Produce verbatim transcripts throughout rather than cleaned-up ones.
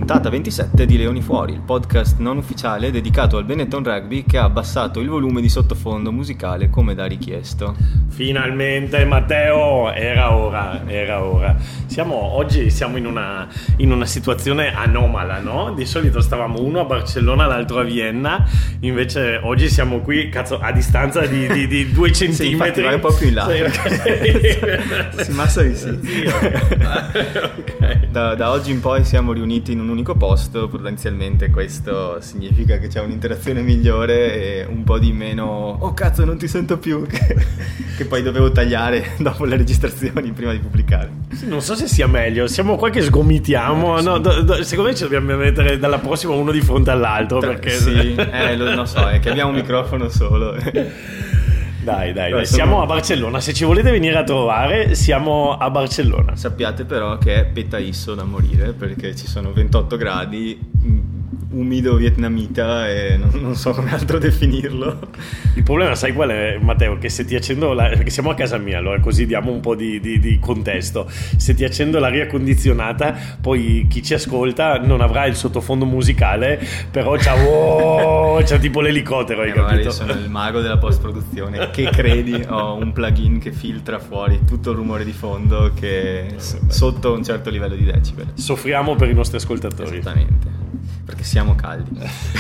puntata ventisette di Leoni Fuori, il podcast non ufficiale dedicato al Benetton Rugby che ha abbassato il volume di sottofondo musicale come da richiesto. Finalmente Matteo, era ora, era ora. Siamo, oggi siamo in una, in una situazione anomala, no? Di solito stavamo uno a Barcellona, l'altro a Vienna, invece oggi siamo qui, cazzo, a distanza di, di, di due centimetri. Sì, vai un po' più in là. Sì, sì, ma sì, sì. Okay. Da, da oggi in poi siamo riuniti in un unico posto, potenzialmente questo significa che c'è un'interazione migliore e un po' di meno oh cazzo non ti sento più che, che poi dovevo tagliare dopo le registrazioni prima di pubblicare. Non so se sia meglio, siamo qua che sgomitiamo, no, do, do, secondo me ci dobbiamo mettere dalla prossima uno di fronte all'altro perché... Sì, eh, lo, non so, è che abbiamo un microfono solo. Dai, dai, dai. Siamo a Barcellona. Se ci volete venire a trovare, siamo a Barcellona. Sappiate però che è petaisso da morire perché ci sono ventotto gradi, umido vietnamita e non, non so come altro definirlo. Il problema, sai qual è, Matteo? Che se ti accendo la... perché siamo a casa mia, allora così diamo un po' di, di, di contesto. Se ti accendo l'aria condizionata, poi chi ci ascolta non avrà il sottofondo musicale, però c'ha, oh, c'ha tipo l'elicottero, hai eh, capito? Magari sono il mago della post-produzione. Che credi, ho un plugin che filtra fuori tutto il rumore di fondo che s- sotto un certo livello di decibel. Soffriamo per i nostri ascoltatori. Esattamente, perché siamo caldi.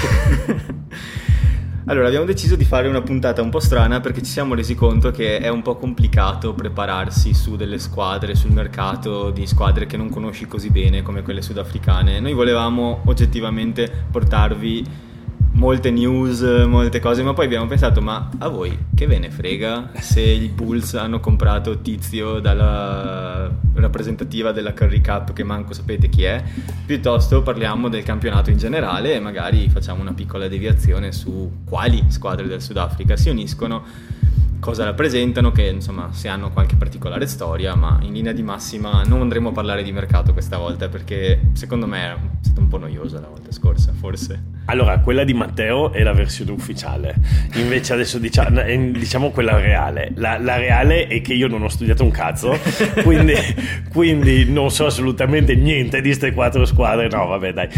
Allora abbiamo deciso di fare una puntata un po' strana perché ci siamo resi conto che è un po' complicato prepararsi su delle squadre, sul mercato di squadre che non conosci così bene come quelle sudafricane. Noi volevamo oggettivamente portarvi molte news, molte cose, ma poi abbiamo pensato, ma a voi che ve ne frega se i Bulls hanno comprato Tizio dalla rappresentativa della Curry Cup che manco sapete chi è, piuttosto parliamo del campionato in generale e magari facciamo una piccola deviazione su quali squadre del Sudafrica si uniscono, cosa rappresentano, che insomma se hanno qualche particolare storia, ma in linea di massima non andremo a parlare di mercato questa volta perché secondo me è stata un po' noiosa la volta scorsa, forse. Allora, quella di Matteo è la versione ufficiale, invece adesso diciamo, diciamo quella reale. La, la reale è che io non ho studiato un cazzo, quindi, quindi non so assolutamente niente di queste quattro squadre, no vabbè dai,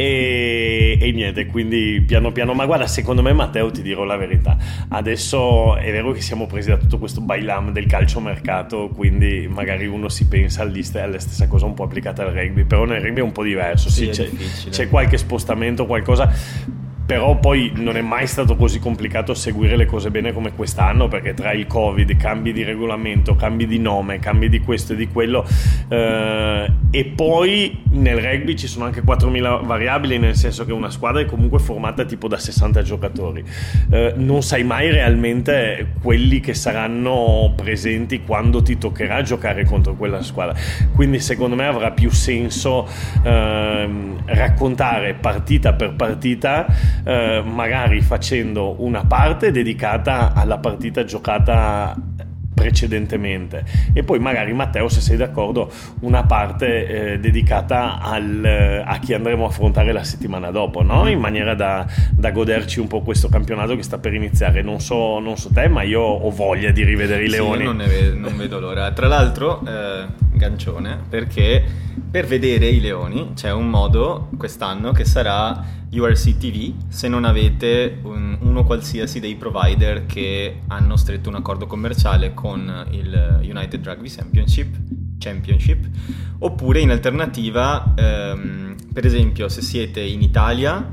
e, e niente, quindi piano piano, ma guarda, secondo me Matteo, ti dirò la verità, adesso è vero che siamo presi da tutto questo bailam del calciomercato, quindi magari uno si pensa all'ist- alla stessa cosa un po' applicata al rugby, però nel rugby è un po' diverso, sì, sì, c'è, difficile. c'è qualche spostamento, qualcosa. Però poi non è mai stato così complicato seguire le cose bene come quest'anno, perché tra il Covid, cambi di regolamento, cambi di nome, cambi di questo e di quello, eh, e poi nel rugby ci sono anche quattromila variabili, nel senso che una squadra è comunque formata tipo da sessanta giocatori, eh, non sai mai realmente quelli che saranno presenti quando ti toccherà giocare contro quella squadra, quindi secondo me avrà più senso eh, raccontare partita per partita, Uh, magari facendo una parte dedicata alla partita giocata precedentemente e poi magari, Matteo, se sei d'accordo, una parte eh, dedicata al, a chi andremo a affrontare la settimana dopo, no? In maniera da, da goderci un po' questo campionato che sta per iniziare. Non so, non so te, ma io ho voglia di rivedere i Leoni. Sì, io non, ne vedo, non vedo l'ora. Tra l'altro, eh, gancione, perché per vedere i Leoni c'è un modo quest'anno che sarà U R C T V se non avete un, uno qualsiasi dei provider che hanno stretto un accordo commerciale con il United Rugby Championship, Championship oppure in alternativa ehm, per esempio se siete in Italia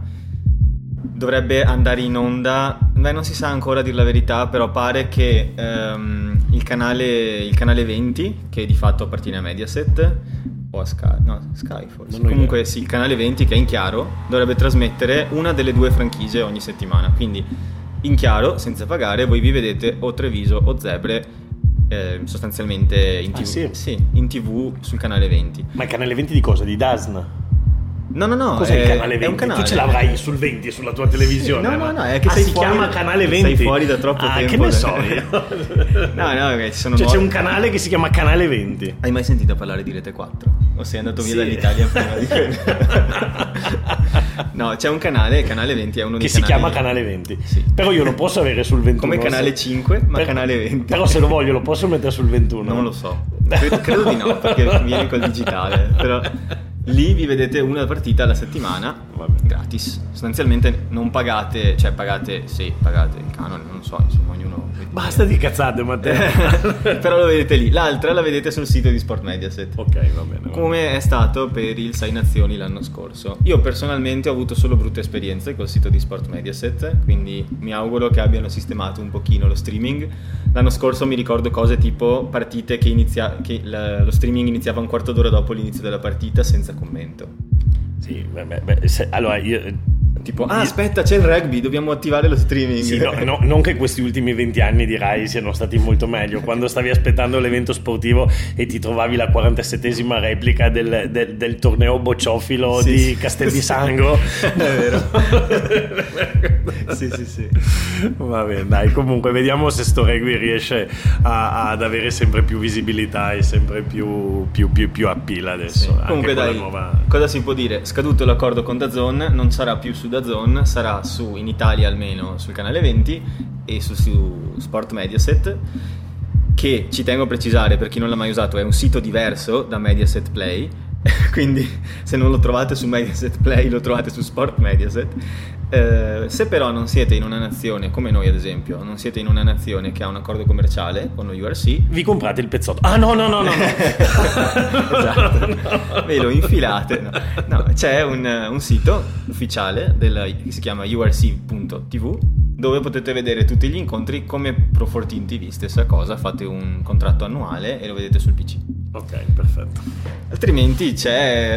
dovrebbe andare in onda, beh non si sa ancora a dir la verità, però pare che ehm, il canale il canale venti, che di fatto appartiene a Mediaset o a Sky, no, Sky forse. Comunque sì, il canale venti, che è in chiaro, dovrebbe trasmettere una delle due franchigie ogni settimana. Quindi in chiaro, senza pagare, voi vi vedete o Treviso o Zebre eh, sostanzialmente in tivù. Ah, sì? Sì, in tivù sul canale venti. Ma il canale venti di cosa? Di D A S N? No, no, no. Cos'è è, il canale venti? È un canale. Tu ce l'avrai sul venti sulla tua televisione? Sì, no, ma... no, no, è che ah, sei si fuori chiama da, canale venti? Sei fuori da troppo ah, tempo. Che ne so io? no, no, okay, ci sono cioè nuovi... c'è un canale che si chiama Canale venti. Hai mai sentito parlare di Rete quattro? O sei andato via sì. dall'Italia prima di quello? No, c'è un canale, Canale venti è uno che dei si canali... chiama Canale venti. Sì. Però io lo posso avere sul ventuno. Come Canale cinque, ma per... Canale venti. Però se lo voglio lo posso mettere sul ventuno. Non lo so. Credo, credo di no, perché viene col digitale. Però Lì vi vedete una partita alla settimana, Vabbè. gratis. Sostanzialmente non pagate, cioè pagate, sì, pagate il canone, non so, insomma, ognuno... Basta di cazzate, Matteo. Però lo vedete lì. L'altra la vedete sul sito di Sport Mediaset. Ok, va bene. Va bene. Come è stato per il Sei Nazioni l'anno scorso. Io personalmente ho avuto solo brutte esperienze col sito di Sport Mediaset, quindi mi auguro che abbiano sistemato un pochino lo streaming. L'anno scorso mi ricordo cose tipo partite che, inizia- che l- lo streaming iniziava un quarto d'ora dopo l'inizio della partita senza commento. Sì, beh, beh, se, allora io... Tipo, ah aspetta, c'è il rugby, dobbiamo attivare lo streaming. Sì, no, no, non che questi ultimi venti anni di Rai siano stati molto meglio. Quando stavi aspettando l'evento sportivo e ti trovavi la quarantasettesima replica del, del, del torneo bocciofilo sì, di sì, Castel di sì. Sangro. È vero. Sì, sì, sì. Va bene, dai, comunque vediamo se sto rugby riesce a, ad avere sempre più visibilità e sempre più, più, più, più appeal adesso. Sì. Anche Comunque con la dai, nuova... cosa si può dire? Scaduto l'accordo con DAZN, non sarà più su DAZN, sarà su, in Italia almeno, sul canale venti e su, su Sport Mediaset, che ci tengo a precisare, per chi non l'ha mai usato, è un sito diverso da Mediaset Play, quindi se non lo trovate su Mediaset Play lo trovate su Sport Mediaset. Eh, se però non siete in una nazione come noi, ad esempio, non siete in una nazione che ha un accordo commerciale con lo U R C, vi comprate il pezzotto. Ah no no no no, no. esatto, no. Ve lo infilate, no. No, c'è un, un sito ufficiale della, che si chiama U R C punto T V, dove potete vedere tutti gli incontri come Pro quattordici T V, stessa cosa, fate un contratto annuale e lo vedete sul P C. Ok, perfetto. Altrimenti c'è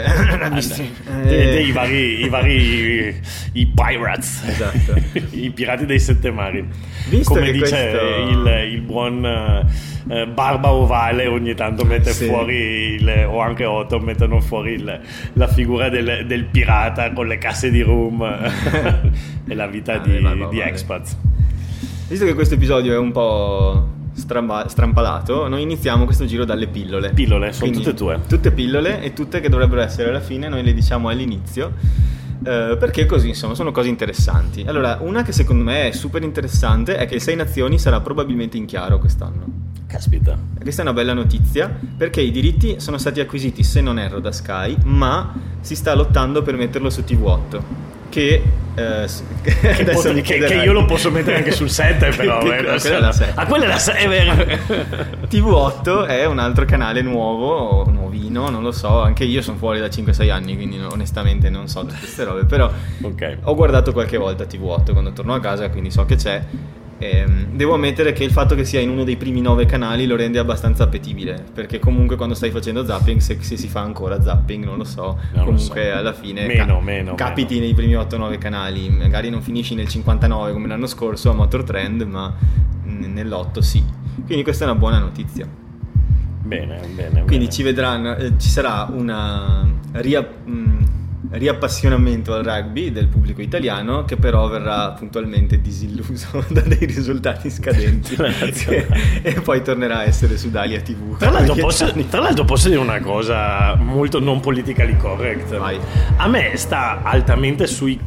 eh, dei, dei vari, i vari i pirates, esatto. I pirati dei sette mari. Visto come che dice questo... il, il buon eh, Barba Ovale, ogni tanto mette sì. fuori il, o anche Otto mettono fuori il, la figura del, del pirata con le casse di rum e la vita ah, di, Barba di Ovale. expats. Visto che questo episodio è un po' stramba- strampalato, noi iniziamo questo giro dalle pillole. Pillole, sono Quindi, tutte tue. Tutte pillole, e tutte che dovrebbero essere alla fine, noi le diciamo all'inizio, eh, perché così, insomma, sono cose interessanti. Allora, una che secondo me è super interessante è che il Sei Nazioni sarà probabilmente in chiaro quest'anno. Caspita. Questa è una bella notizia, perché i diritti sono stati acquisiti, se non erro, da Sky, ma si sta lottando per metterlo su T V otto. Che, eh, che, pot- che, che io lo posso mettere anche sul sette, però che, eh, quella è la sette. Ah, quella è la sette, è vero. T V otto è un altro canale nuovo, nuovino, non lo so, anche io sono fuori da cinque sei anni, quindi no, onestamente non so di queste robe, però okay. Ho guardato qualche volta T V otto quando torno a casa, quindi so che c'è. Ehm, devo ammettere che il fatto che sia in uno dei primi nove canali lo rende abbastanza appetibile, perché comunque quando stai facendo zapping, se, se si fa ancora zapping, non lo so, non comunque lo so. alla fine meno, ca- meno, capiti meno. nei primi otto nove canali, magari non finisci nel cinquantanove come l'anno scorso a Motor Trend, ma n- nell'otto sì, quindi questa è una buona notizia. Bene, bene. Quindi bene. ci vedranno, eh, ci sarà una ria, mh, riappassionamento al rugby del pubblico italiano, che però verrà puntualmente disilluso da dei risultati scadenti e poi tornerà a essere su Dalia T V. Tra l'altro, posso, tra l'altro posso dire una cosa molto non politically correct. Vai. A me sta altamente sui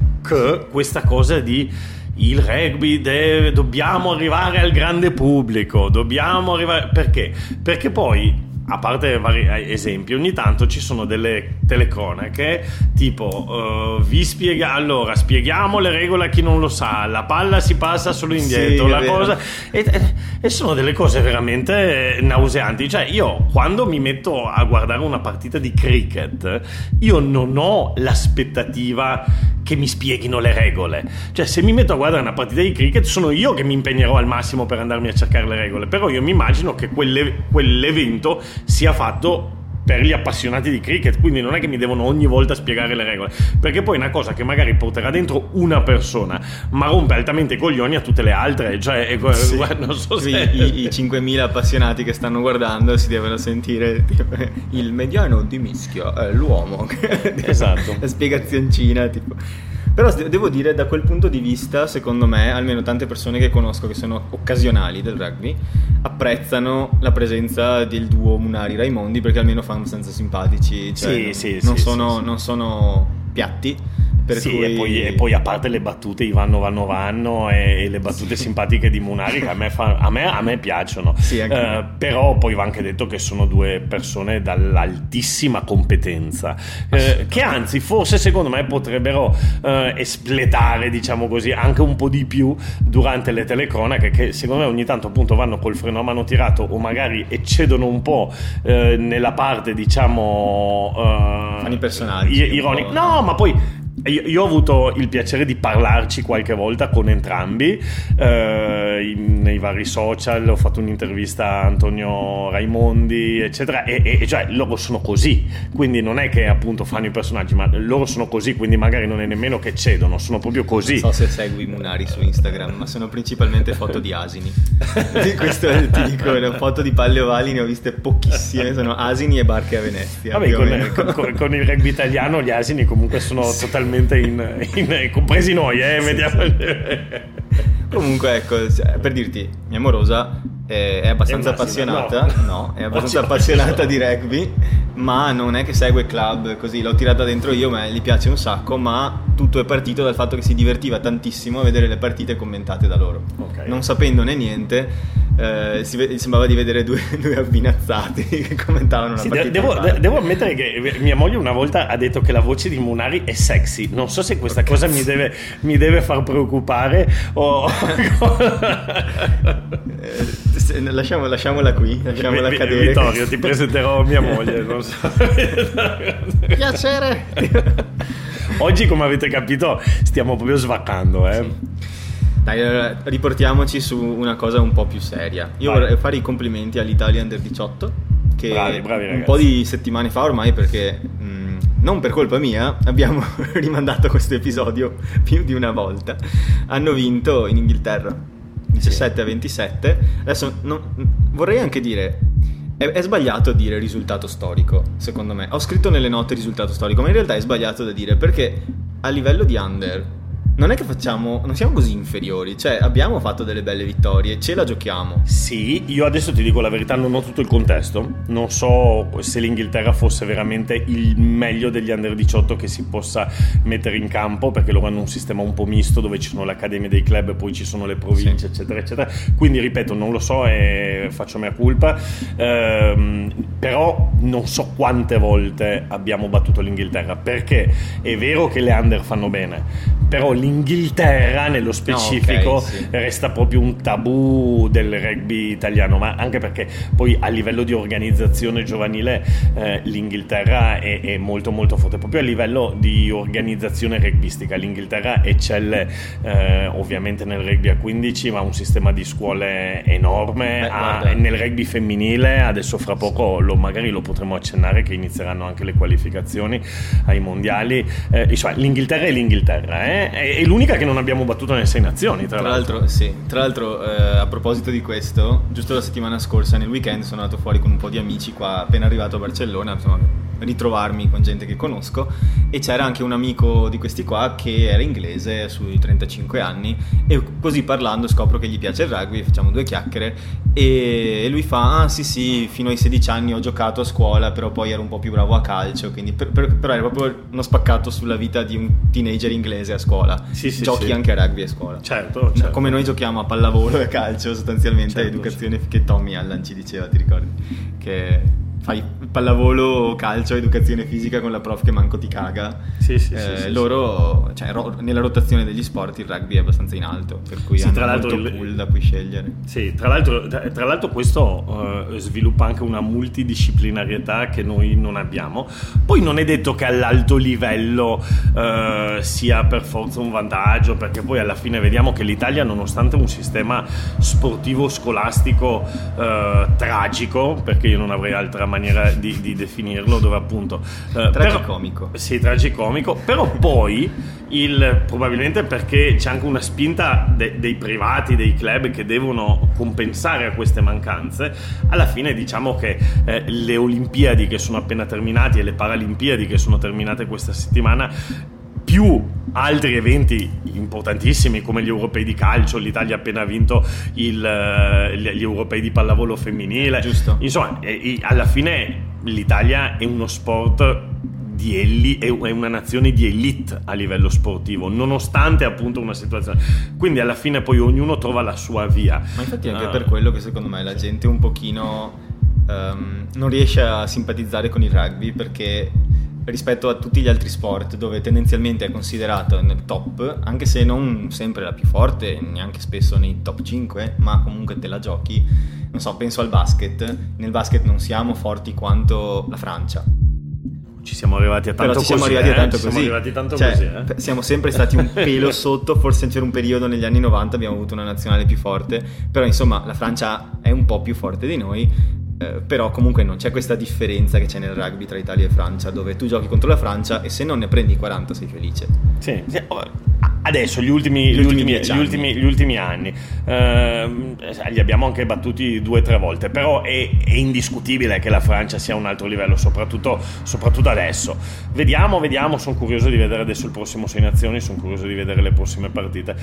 c questa cosa di il rugby deve, dobbiamo arrivare al grande pubblico, dobbiamo arrivare, perché? Perché poi, a parte vari esempi, ogni tanto ci sono delle telecronache tipo uh, vi spiega allora spieghiamo le regole a chi non lo sa, la palla si passa solo indietro, sì, la cosa e, e sono delle cose veramente nauseanti. Cioè, io quando mi metto a guardare una partita di cricket, io non ho l'aspettativa che mi spieghino le regole. Cioè, se mi metto a guardare una partita di cricket, sono io che mi impegnerò al massimo per andarmi a cercare le regole, però io mi immagino che quelle, quell'evento sia fatto per gli appassionati di cricket, quindi non è che mi devono ogni volta spiegare le regole, perché poi è una cosa che magari porterà dentro una persona ma rompe altamente i coglioni a tutte le altre. Cioè, sì. non so se i, i cinquemila appassionati che stanno guardando si devono sentire tipo, il mediano di mischio è l'uomo. Esatto. La spiegazioncina tipo. Però devo dire, da quel punto di vista, secondo me, almeno tante persone che conosco che sono occasionali del rugby apprezzano la presenza del duo Munari Raimondi, perché almeno fanno abbastanza simpatici, cioè sì, sì, non, sì, sono, sì, non sono piatti, Per sì, cui... e, poi, e poi a parte le battute i vanno vanno vanno e, e le battute simpatiche di Munari che a me, fa, a me, a me piacciono, sì, anche uh, però poi va anche detto che sono due persone dall'altissima competenza, uh, che anzi forse secondo me potrebbero uh, espletare, diciamo così, anche un po' di più durante le telecronache, che secondo me ogni tanto appunto vanno col freno a mano tirato o magari eccedono un po' uh, nella parte, diciamo, uh, fanno i personaggi ironici. No, ma poi Io, io ho avuto il piacere di parlarci qualche volta con entrambi eh, in, nei vari social, ho fatto un'intervista a Antonio Raimondi eccetera e, e cioè loro sono così, quindi non è che appunto fanno i personaggi, ma loro sono così, quindi magari non è nemmeno che cedono, sono proprio così. Non so se segui Munari su Instagram, ma sono principalmente foto di asini. Questo ti dico, le foto di palle ovali ne ho viste pochissime, sono asini e barche a Venezia. Vabbè, con, con, con il rugby italiano gli asini comunque sono totalmente In, in, compresi noi, eh, sì, sì. Comunque ecco, per dirti, mia morosa è, è abbastanza è appassionata no. no, è abbastanza appassionata di rugby, ma non è che segue club così, l'ho tirata dentro io, ma gli piace un sacco, ma tutto è partito dal fatto che si divertiva tantissimo a vedere le partite commentate da loro, okay. Non sapendone niente. Eh, si ve- sembrava di vedere due, due abbinazzati che commentavano una sì, partita. Devo, de- devo ammettere che mia moglie una volta ha detto che la voce di Munari è sexy. Non so se questa oh, cosa mi deve, mi deve far preoccupare o... eh, lasciamo, lasciamola qui, lasciamola v- cadere. Vittorio, ti presenterò mia moglie. Non so. Piacere. Oggi, come avete capito, stiamo proprio svaccando, eh. Sì. Dai, allora, riportiamoci su una cosa un po' più seria. Io Vai. vorrei fare i complimenti all'Italia Under diciotto che bravi, bravi, un ragazzi. po' di settimane fa ormai, perché mh, non per colpa mia abbiamo rimandato questo episodio più di una volta, hanno vinto in Inghilterra diciassette a ventisette. Adesso non, vorrei anche dire è, è sbagliato dire risultato storico, secondo me. Ho scritto nelle note risultato storico, ma in realtà è sbagliato da dire, perché a livello di under non è che facciamo, non siamo così inferiori, cioè abbiamo fatto delle belle vittorie, ce la giochiamo. Sì, io adesso ti dico la verità, non ho tutto il contesto, non so se l'Inghilterra fosse veramente il meglio degli under diciotto che si possa mettere in campo, perché loro hanno un sistema un po' misto dove ci sono le accademie dei club, poi ci sono le province, sì, eccetera eccetera, quindi ripeto, non lo so e faccio mea culpa, ehm, però non so quante volte abbiamo battuto l'Inghilterra, perché è vero che le under fanno bene, però l'Inghilterra nello specifico no, okay, sì. resta proprio un tabù del rugby italiano, ma anche perché poi a livello di organizzazione giovanile eh, l'Inghilterra è, è molto molto forte, proprio a livello di organizzazione rugbistica l'Inghilterra eccelle eh, ovviamente nel rugby a quindici, ma ha un sistema di scuole enorme. Beh, ha, nel rugby femminile adesso fra poco lo, magari lo potremo accennare che inizieranno anche le qualificazioni ai mondiali, eh, insomma l'Inghilterra è l'Inghilterra, eh? È l'unica che non abbiamo battuto nelle sei nazioni, tra, tra l'altro. l'altro sì, tra l'altro eh, a proposito di questo, giusto la settimana scorsa nel weekend sono andato fuori con un po' di amici qua, appena arrivato a Barcellona, insomma, ritrovarmi con gente che conosco, e c'era anche un amico di questi qua che era inglese sui trentacinque anni, e così parlando scopro che gli piace il rugby, facciamo due chiacchiere e lui fa ah sì sì, fino ai sedici anni ho giocato a scuola, però poi ero un po' più bravo a calcio, quindi per, per, però era proprio uno spaccato sulla vita di un teenager inglese a scuola. Sì, sì, giochi sì. anche a rugby a scuola, certo, certo. Come noi giochiamo a pallavolo e a calcio sostanzialmente, certo, educazione sì. Che Tommy Allan ci diceva, ti ricordi? Che fai pallavolo, calcio, educazione fisica con la prof che manco ti caga. Sì, sì, eh, sì, sì, loro, sì. Cioè, ro- nella rotazione degli sport il rugby è abbastanza in alto, per cui sì, hanno tra l'altro molto il... pool da cui scegliere. Sì, tra l'altro, tra l'altro questo uh, sviluppa anche una multidisciplinarietà che noi non abbiamo. Poi non è detto che all'alto livello uh, sia per forza un vantaggio, perché poi alla fine vediamo che l'Italia, nonostante un sistema sportivo scolastico uh, tragico, perché io non avrei altra maniera di, di definirlo, dove appunto uh, tragicomico. Però, sì, tragicomico, però poi il, probabilmente perché c'è anche una spinta de, dei privati, dei club che devono compensare a queste mancanze, alla fine diciamo che eh, le Olimpiadi che sono appena terminate e le Paralimpiadi che sono terminate questa settimana, più altri eventi importantissimi come gli europei di calcio, l'Italia ha appena vinto il, gli europei di pallavolo femminile, giusto, insomma e, e alla fine l'Italia è uno sport di eli- è una nazione di elite a livello sportivo, nonostante appunto una situazione, quindi alla fine poi ognuno trova la sua via. Ma infatti è anche uh, per quello che secondo me la gente un pochino um, non riesce a simpatizzare con il rugby, perché rispetto a tutti gli altri sport dove tendenzialmente è considerato nel top, anche se non sempre la più forte, neanche spesso nei top cinque, ma comunque te la giochi. Non so, penso al basket. Nel basket non siamo forti quanto la Francia. Ci siamo arrivati a tanto Però ci così, siamo arrivati eh? a tanto ci così. Siamo arrivati tanto cioè, così eh? Siamo sempre stati un pelo sotto. Forse c'era un periodo negli anni novanta abbiamo avuto una nazionale più forte, però insomma la Francia è un po' più forte di noi. Eh, però comunque non c'è questa differenza che c'è nel rugby tra Italia e Francia, dove tu giochi contro la Francia e se non ne prendi quaranta sei felice. Sì, sì. Adesso gli ultimi, gli, gli, ultimi, ultimi, gli, ultimi, gli ultimi anni eh, li abbiamo anche battuti due o tre volte, però è, è indiscutibile che la Francia sia a un altro livello, soprattutto, soprattutto adesso. Vediamo, vediamo, sono curioso di vedere adesso il prossimo Sei Nazioni, sono curioso di vedere le prossime partite,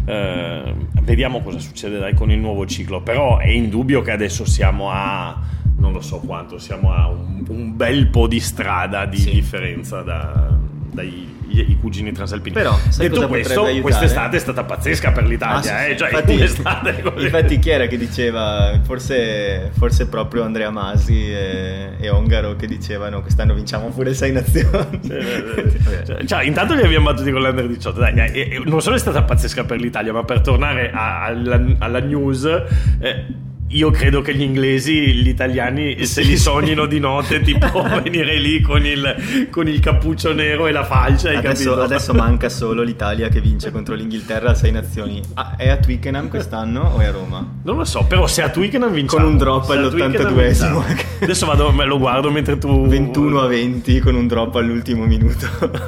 eh, vediamo cosa succede dai con il nuovo ciclo, però è indubbio che adesso siamo a... non lo so quanto, siamo a un, un bel po' di strada di sì. differenza da, dai i cugini transalpini. Però sai detto cosa questo, quest'estate è stata pazzesca per l'Italia. Ah, sì, eh? Cioè, infatti, infatti chi era che diceva, forse, forse proprio Andrea Masi e, e Ongaro, che dicevano quest'anno vinciamo pure Sei Nazioni. Sì, cioè, cioè, intanto li abbiamo battuti con l'Under diciotto. Dai, eh, non solo è stata pazzesca per l'Italia, ma per tornare a, alla, alla news, eh, io credo che gli inglesi, gli italiani, se li sognino di notte, tipo venire lì con il, con il cappuccio nero e la falce. Hai adesso, capito? Adesso manca solo l'Italia che vince contro l'Inghilterra a Sei Nazioni. Ah, è a Twickenham quest'anno o è a Roma? Non lo so, però se a Twickenham vinciamo. Con un drop all'ottantaduesimo. Adesso vado, me lo guardo mentre tu... ventuno a venti con un drop all'ultimo minuto.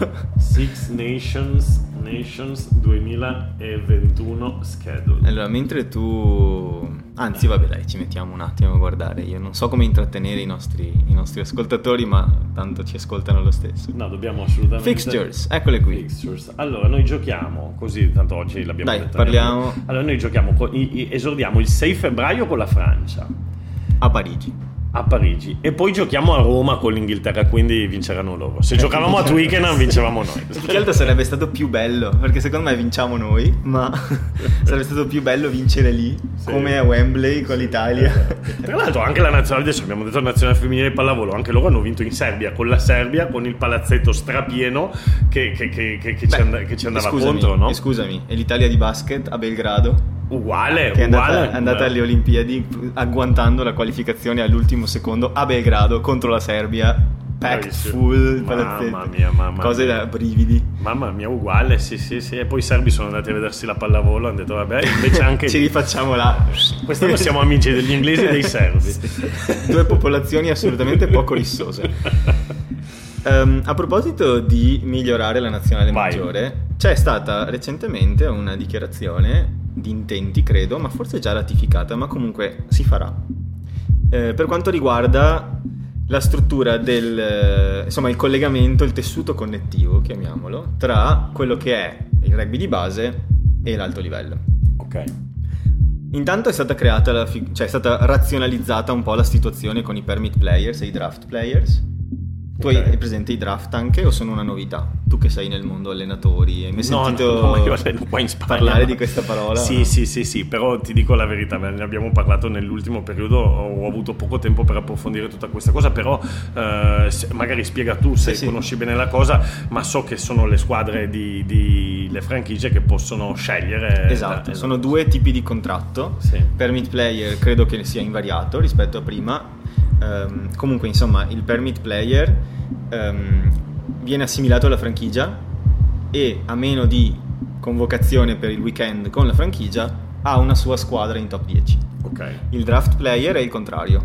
Six Nations... Nations duemilaventuno schedule. Allora, mentre tu... Anzi, vabbè, dai, ci mettiamo un attimo a guardare. Io non so come intrattenere i nostri, i nostri ascoltatori, ma tanto ci ascoltano lo stesso. No, dobbiamo assolutamente... Fixtures, eccole qui. Fixtures. Allora, noi giochiamo, così, tanto oggi l'abbiamo dai, detto. Parliamo... Allora, noi giochiamo, con, i, i, esordiamo il sei febbraio con la Francia. A Parigi. A Parigi, e poi giochiamo a Roma con l'Inghilterra, quindi vinceranno loro. Se eh, giocavamo a Twickenham vincevamo noi. Più che altro sarebbe stato più bello, perché secondo me vinciamo noi, ma sarebbe stato più bello vincere lì, sì. Come a Wembley con l'Italia. Tra l'altro anche la nazionale, adesso abbiamo detto la nazionale femminile di pallavolo, anche loro hanno vinto in Serbia, con la Serbia, con il palazzetto strapieno che, che, che, che, che, Beh, ci, and- che ci andava scusami, contro, no? E scusami, e l'Italia di basket a Belgrado? Uguale, che è andata, uguale, è andata alle Olimpiadi agguantando la qualificazione all'ultimo secondo a Belgrado contro la Serbia, packed full, mamma mia, mamma cose mia. da brividi, mamma mia, uguale, sì sì sì. E poi i serbi sono andati a vedersi la pallavolo, hanno detto vabbè, invece anche ci rifacciamo là. Quest'anno siamo amici degli inglesi e dei serbi. Sì. Due popolazioni assolutamente poco rissose. Um, a proposito di migliorare la nazionale Vai. maggiore, c'è stata recentemente una dichiarazione di intenti, credo, ma forse già ratificata, ma comunque si farà, eh, per quanto riguarda la struttura del, eh, insomma il collegamento, il tessuto connettivo, chiamiamolo, tra quello che è il rugby di base e l'alto livello. Ok. Intanto è stata creata, la fi- cioè è stata razionalizzata un po' la situazione con i permit players e i draft players. Tu okay. hai presente i draft anche o sono una novità? Tu che sei nel mondo allenatori, hai mai no, sentito no, no, io qua in Spagna, parlare di questa parola? Sì, sì, sì, sì, però ti dico la verità, ne abbiamo parlato nell'ultimo periodo, ho avuto poco tempo per approfondire tutta questa cosa, però eh, magari spiega tu se sì, conosci sì. bene la cosa, ma so che sono le squadre di, di le franchigie che possono scegliere. Esatto, da, sono due tipi di contratto, sì. Permit player credo che sia invariato rispetto a prima. Um, comunque insomma il permit player um, viene assimilato alla franchigia e a meno di convocazione per il weekend con la franchigia ha una sua squadra in top dieci. Okay. Il draft player è il contrario,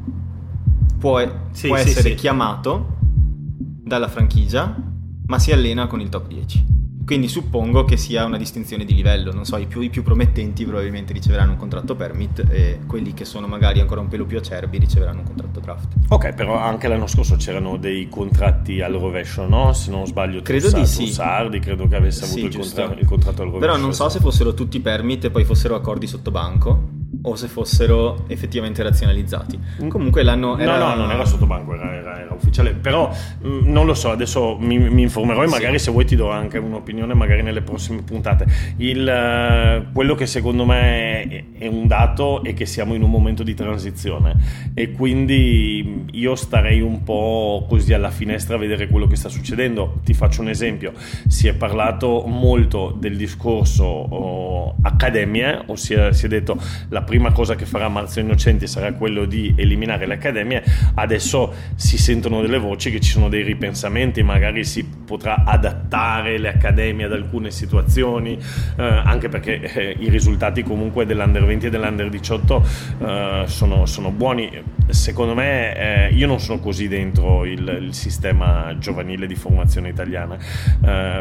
può, sì, può sì, essere sì. chiamato dalla franchigia ma si allena con il top dieci. Quindi suppongo che sia una distinzione di livello, non so, i più, i più promettenti probabilmente riceveranno un contratto permit e quelli che sono magari ancora un pelo più acerbi riceveranno un contratto draft. Ok, però anche l'anno scorso c'erano dei contratti al rovescio, no? Se non sbaglio, credo di sì. Sardi credo che avesse avuto sì, il, contra- il contratto al rovescio. Però non so se fossero tutti permit e poi fossero accordi sotto banco. o se fossero effettivamente razionalizzati. Comunque l'anno era... No, no, non era sotto banco, era, era, era ufficiale. Però mh, non lo so, adesso mi, mi informerò e magari sì. Se vuoi ti do anche un'opinione magari nelle prossime puntate. Il, quello che secondo me è, è un dato è che siamo in un momento di transizione e quindi io starei un po' così alla finestra a vedere quello che sta succedendo. Ti faccio un esempio: si è parlato molto del discorso oh, accademie, ossia si è detto la prima cosa che farà Marzio Innocenti sarà quello di eliminare le accademie. Adesso si sentono delle voci che ci sono dei ripensamenti, magari si potrà adattare le accademie ad alcune situazioni, eh, anche perché eh, i risultati comunque dell'Under venti e dell'Under diciotto eh, sono, sono buoni. Secondo me eh, io non sono così dentro il, il sistema giovanile di formazione italiana, eh,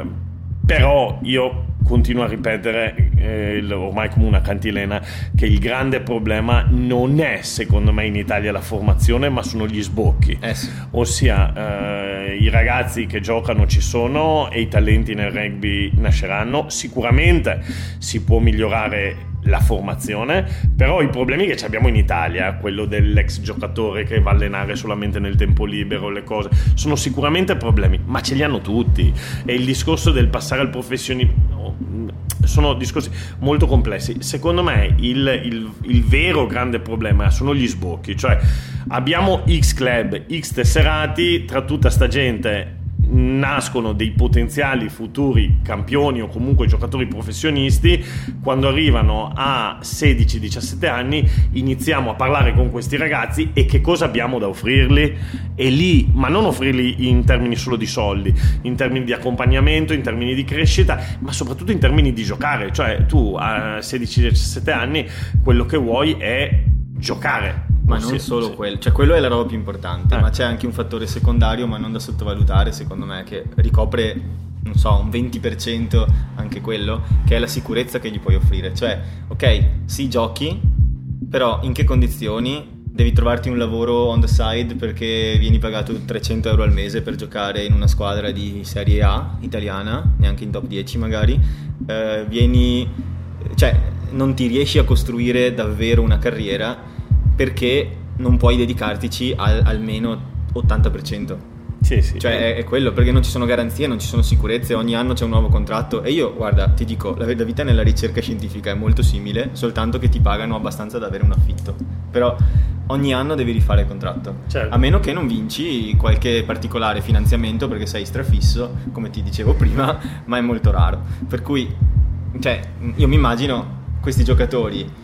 però io continuo a ripetere eh, ormai come una cantilena che il grande problema non è secondo me in Italia la formazione, ma sono gli sbocchi, eh sì. ossia eh, i ragazzi che giocano ci sono e i talenti nel rugby nasceranno. Sicuramente si può migliorare la formazione, però i problemi che abbiamo in Italia, quello dell'ex giocatore che va a allenare solamente nel tempo libero, le cose, sono sicuramente problemi, ma ce li hanno tutti. E il discorso del passare al professionismo sono discorsi molto complessi. Secondo me il, il, il vero grande problema sono gli sbocchi, cioè abbiamo X club, X tesserati, tra tutta sta gente nascono dei potenziali futuri campioni o comunque giocatori professionisti. Quando arrivano a sedici diciassette anni iniziamo a parlare con questi ragazzi e che cosa abbiamo da offrirli, e lì, ma non offrirli in termini solo di soldi, in termini di accompagnamento, in termini di crescita, ma soprattutto in termini di giocare. Cioè tu a sedici diciassette anni quello che vuoi è giocare. Ma non sì, solo sì. quello, cioè quello è la roba più importante, eh. ma c'è anche un fattore secondario, ma non da sottovalutare secondo me, che ricopre, non so, un venti per cento anche quello, che è la sicurezza che gli puoi offrire. Cioè, ok, sì giochi, però in che condizioni? Devi trovarti un lavoro on the side perché vieni pagato trecento euro al mese per giocare in una squadra di Serie A italiana, neanche in top dieci magari, eh, vieni, cioè non ti riesci a costruire davvero una carriera perché non puoi dedicartici al, almeno ottanta per cento. Sì, sì. Cioè è, è quello, perché non ci sono garanzie, non ci sono sicurezze, ogni anno c'è un nuovo contratto. E io, guarda, ti dico, la, la vita nella ricerca scientifica è molto simile, soltanto che ti pagano abbastanza da avere un affitto. Però ogni anno devi rifare il contratto, certo. A meno che non vinci qualche particolare finanziamento, perché sei strafisso, come ti dicevo prima, ma è molto raro. Per cui, cioè, io mi immagino questi giocatori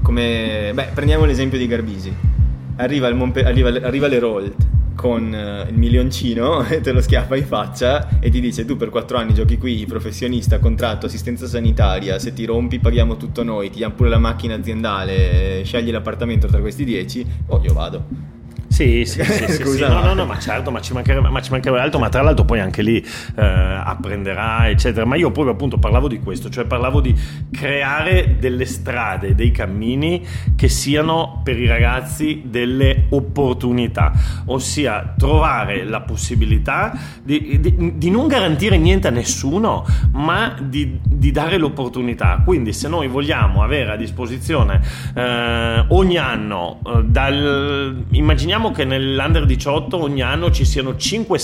come, beh, prendiamo l'esempio di Garbisi, arriva, il Monpe- arriva, arriva l'Herald con uh, il milioncino e te lo schiaffa in faccia e ti dice: tu per quattro anni giochi qui, professionista, contratto, assistenza sanitaria, se ti rompi paghiamo tutto noi, ti diamo pure la macchina aziendale, scegli l'appartamento tra questi dieci, oh io vado. Sì, sì, sì, sì, sì. No, no, no, ma certo, ma ci mancherebbe, ma ci mancherebbe altro, ma tra l'altro poi anche lì eh, apprenderà, eccetera. Ma io poi appunto parlavo di questo, cioè parlavo di creare delle strade, dei cammini che siano per i ragazzi delle opportunità, ossia trovare la possibilità di, di, di non garantire niente a nessuno, ma di, di dare l'opportunità. Quindi se noi vogliamo avere a disposizione eh, ogni anno eh, dal immaginiamo che nell'Under diciotto ogni anno ci siano cinque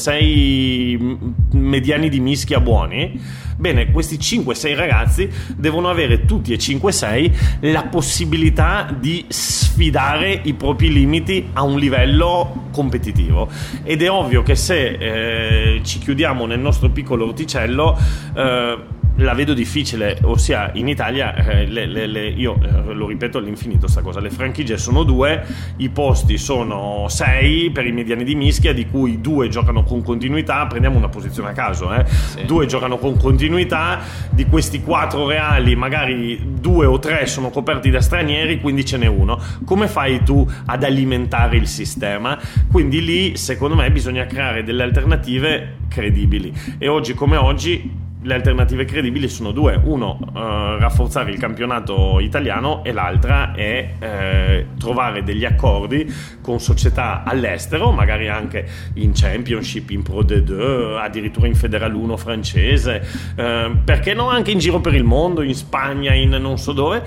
sei mediani di mischia buoni. Bene, questi cinque sei ragazzi devono avere tutti e cinque sei la possibilità di sfidare i propri limiti a un livello competitivo. Ed è ovvio che se eh, ci chiudiamo nel nostro piccolo orticello eh, la vedo difficile, ossia in Italia eh, le, le, le, io eh, lo ripeto all'infinito sta cosa, le franchigie sono due, i posti sono sei per i mediani di mischia, di cui due giocano con continuità, prendiamo una posizione a caso, eh. Sì. Due giocano con continuità, di questi quattro reali magari due o tre sono coperti da stranieri, quindi ce n'è uno. Come fai tu ad alimentare il sistema? Quindi lì secondo me bisogna creare delle alternative credibili, e oggi come oggi le alternative credibili sono due: uno, eh, rafforzare il campionato italiano, e l'altra è eh, trovare degli accordi con società all'estero, magari anche in Championship, in Pro D due, addirittura in Fédéral uno francese, eh, perché no anche in giro per il mondo, in Spagna, in non so dove,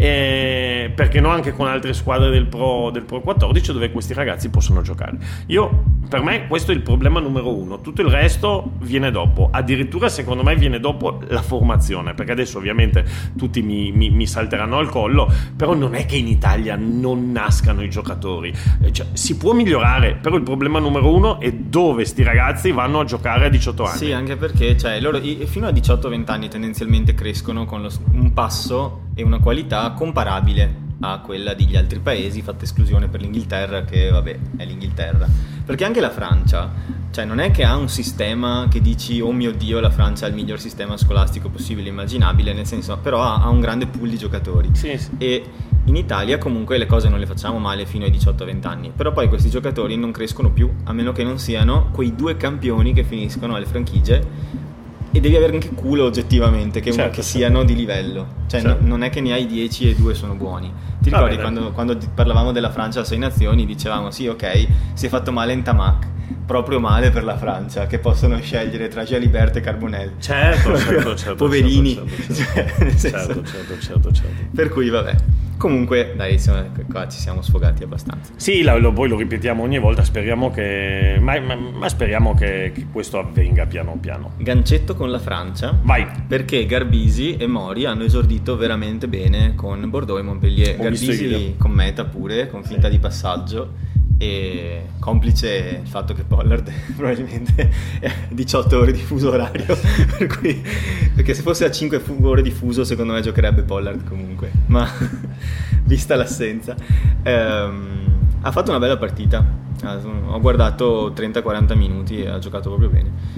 eh, perché no anche con altre squadre del Pro, del Pro quattordici, dove questi ragazzi possono giocare. Io, per me questo è il problema numero uno, tutto il resto viene dopo, addirittura secondo me viene dopo la formazione, perché adesso ovviamente tutti mi, mi, mi salteranno al collo, però non è che in Italia non nascano i giocatori, cioè, si può migliorare, però il problema numero uno è dove sti ragazzi vanno a giocare a diciotto anni. Sì, anche perché cioè, loro fino a diciotto venti anni tendenzialmente crescono con lo, un passo e una qualità comparabile a quella degli altri paesi, fatta esclusione per l'Inghilterra, che vabbè è l'Inghilterra, perché anche la Francia, cioè non è che ha un sistema che dici oh mio Dio la Francia ha il miglior sistema scolastico possibile immaginabile, nel senso, però ha, ha un grande pool di giocatori, sì, sì. E in Italia comunque le cose non le facciamo male fino ai diciotto venti anni, però poi questi giocatori non crescono più, a meno che non siano quei due campioni che finiscono alle franchigie, e devi avere anche culo oggettivamente che, certo, uno, che certo. siano di livello, cioè certo. no, non è che ne hai dieci e due sono buoni. Ti ricordi Vabbè, quando, quando parlavamo della Francia a sei nazioni, dicevamo sì ok, si è fatto male in Tamac, proprio male per la Francia, che possono scegliere tra Jalibert e Carbonell. Certo, certo, certo. Poverini. Certo, certo, Cioè, nel senso, certo, certo, certo, certo. Per cui vabbè. Comunque, dai, siamo, qua ci siamo sfogati abbastanza. Sì, lo, lo, poi lo ripetiamo ogni volta, speriamo che ma, ma, ma speriamo che, che questo avvenga piano piano. Gancetto con la Francia. Vai. Perché Garbisi e Mori hanno esordito veramente bene con Bordeaux e Montpellier. Ho visto i Garbisi video. con meta pure, con finta Sì. di passaggio, e complice il fatto che Pollard probabilmente è diciotto ore di fuso orario, per cui, perché se fosse a cinque fu- ore di fuso secondo me giocherebbe Pollard comunque, ma vista l'assenza ehm, ha fatto una bella partita. Ho guardato trenta quaranta minuti e ha giocato proprio bene,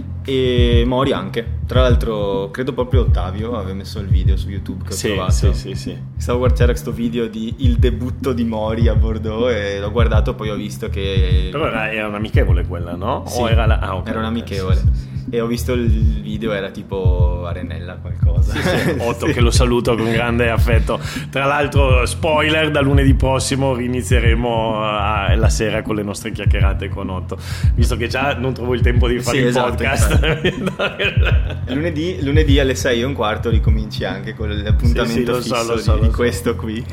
e Mori anche, tra l'altro credo proprio Ottavio aveva messo il video su YouTube che ho Sì, trovato. sì, sì, sì. Stavo guardando, c'era questo video di il debutto di Mori a Bordeaux e l'ho guardato, poi ho visto che Però era, era un'amichevole quella, no? Sì, o era, la... ah, okay. era un'amichevole. Sì, sì, sì. E ho visto il video, era tipo Arenella qualcosa. Sì, sì. Otto Sì. che lo saluto con grande affetto. Tra l'altro, spoiler, da lunedì prossimo rinizieremo a, la sera con le nostre chiacchierate con Otto, visto che già non trovo il tempo di fare Sì, il esatto, podcast. lunedì, lunedì alle sei e un quarto ricominci anche con l'appuntamento Sì, sì, lo fisso so, lo so, di, lo di so. questo qui.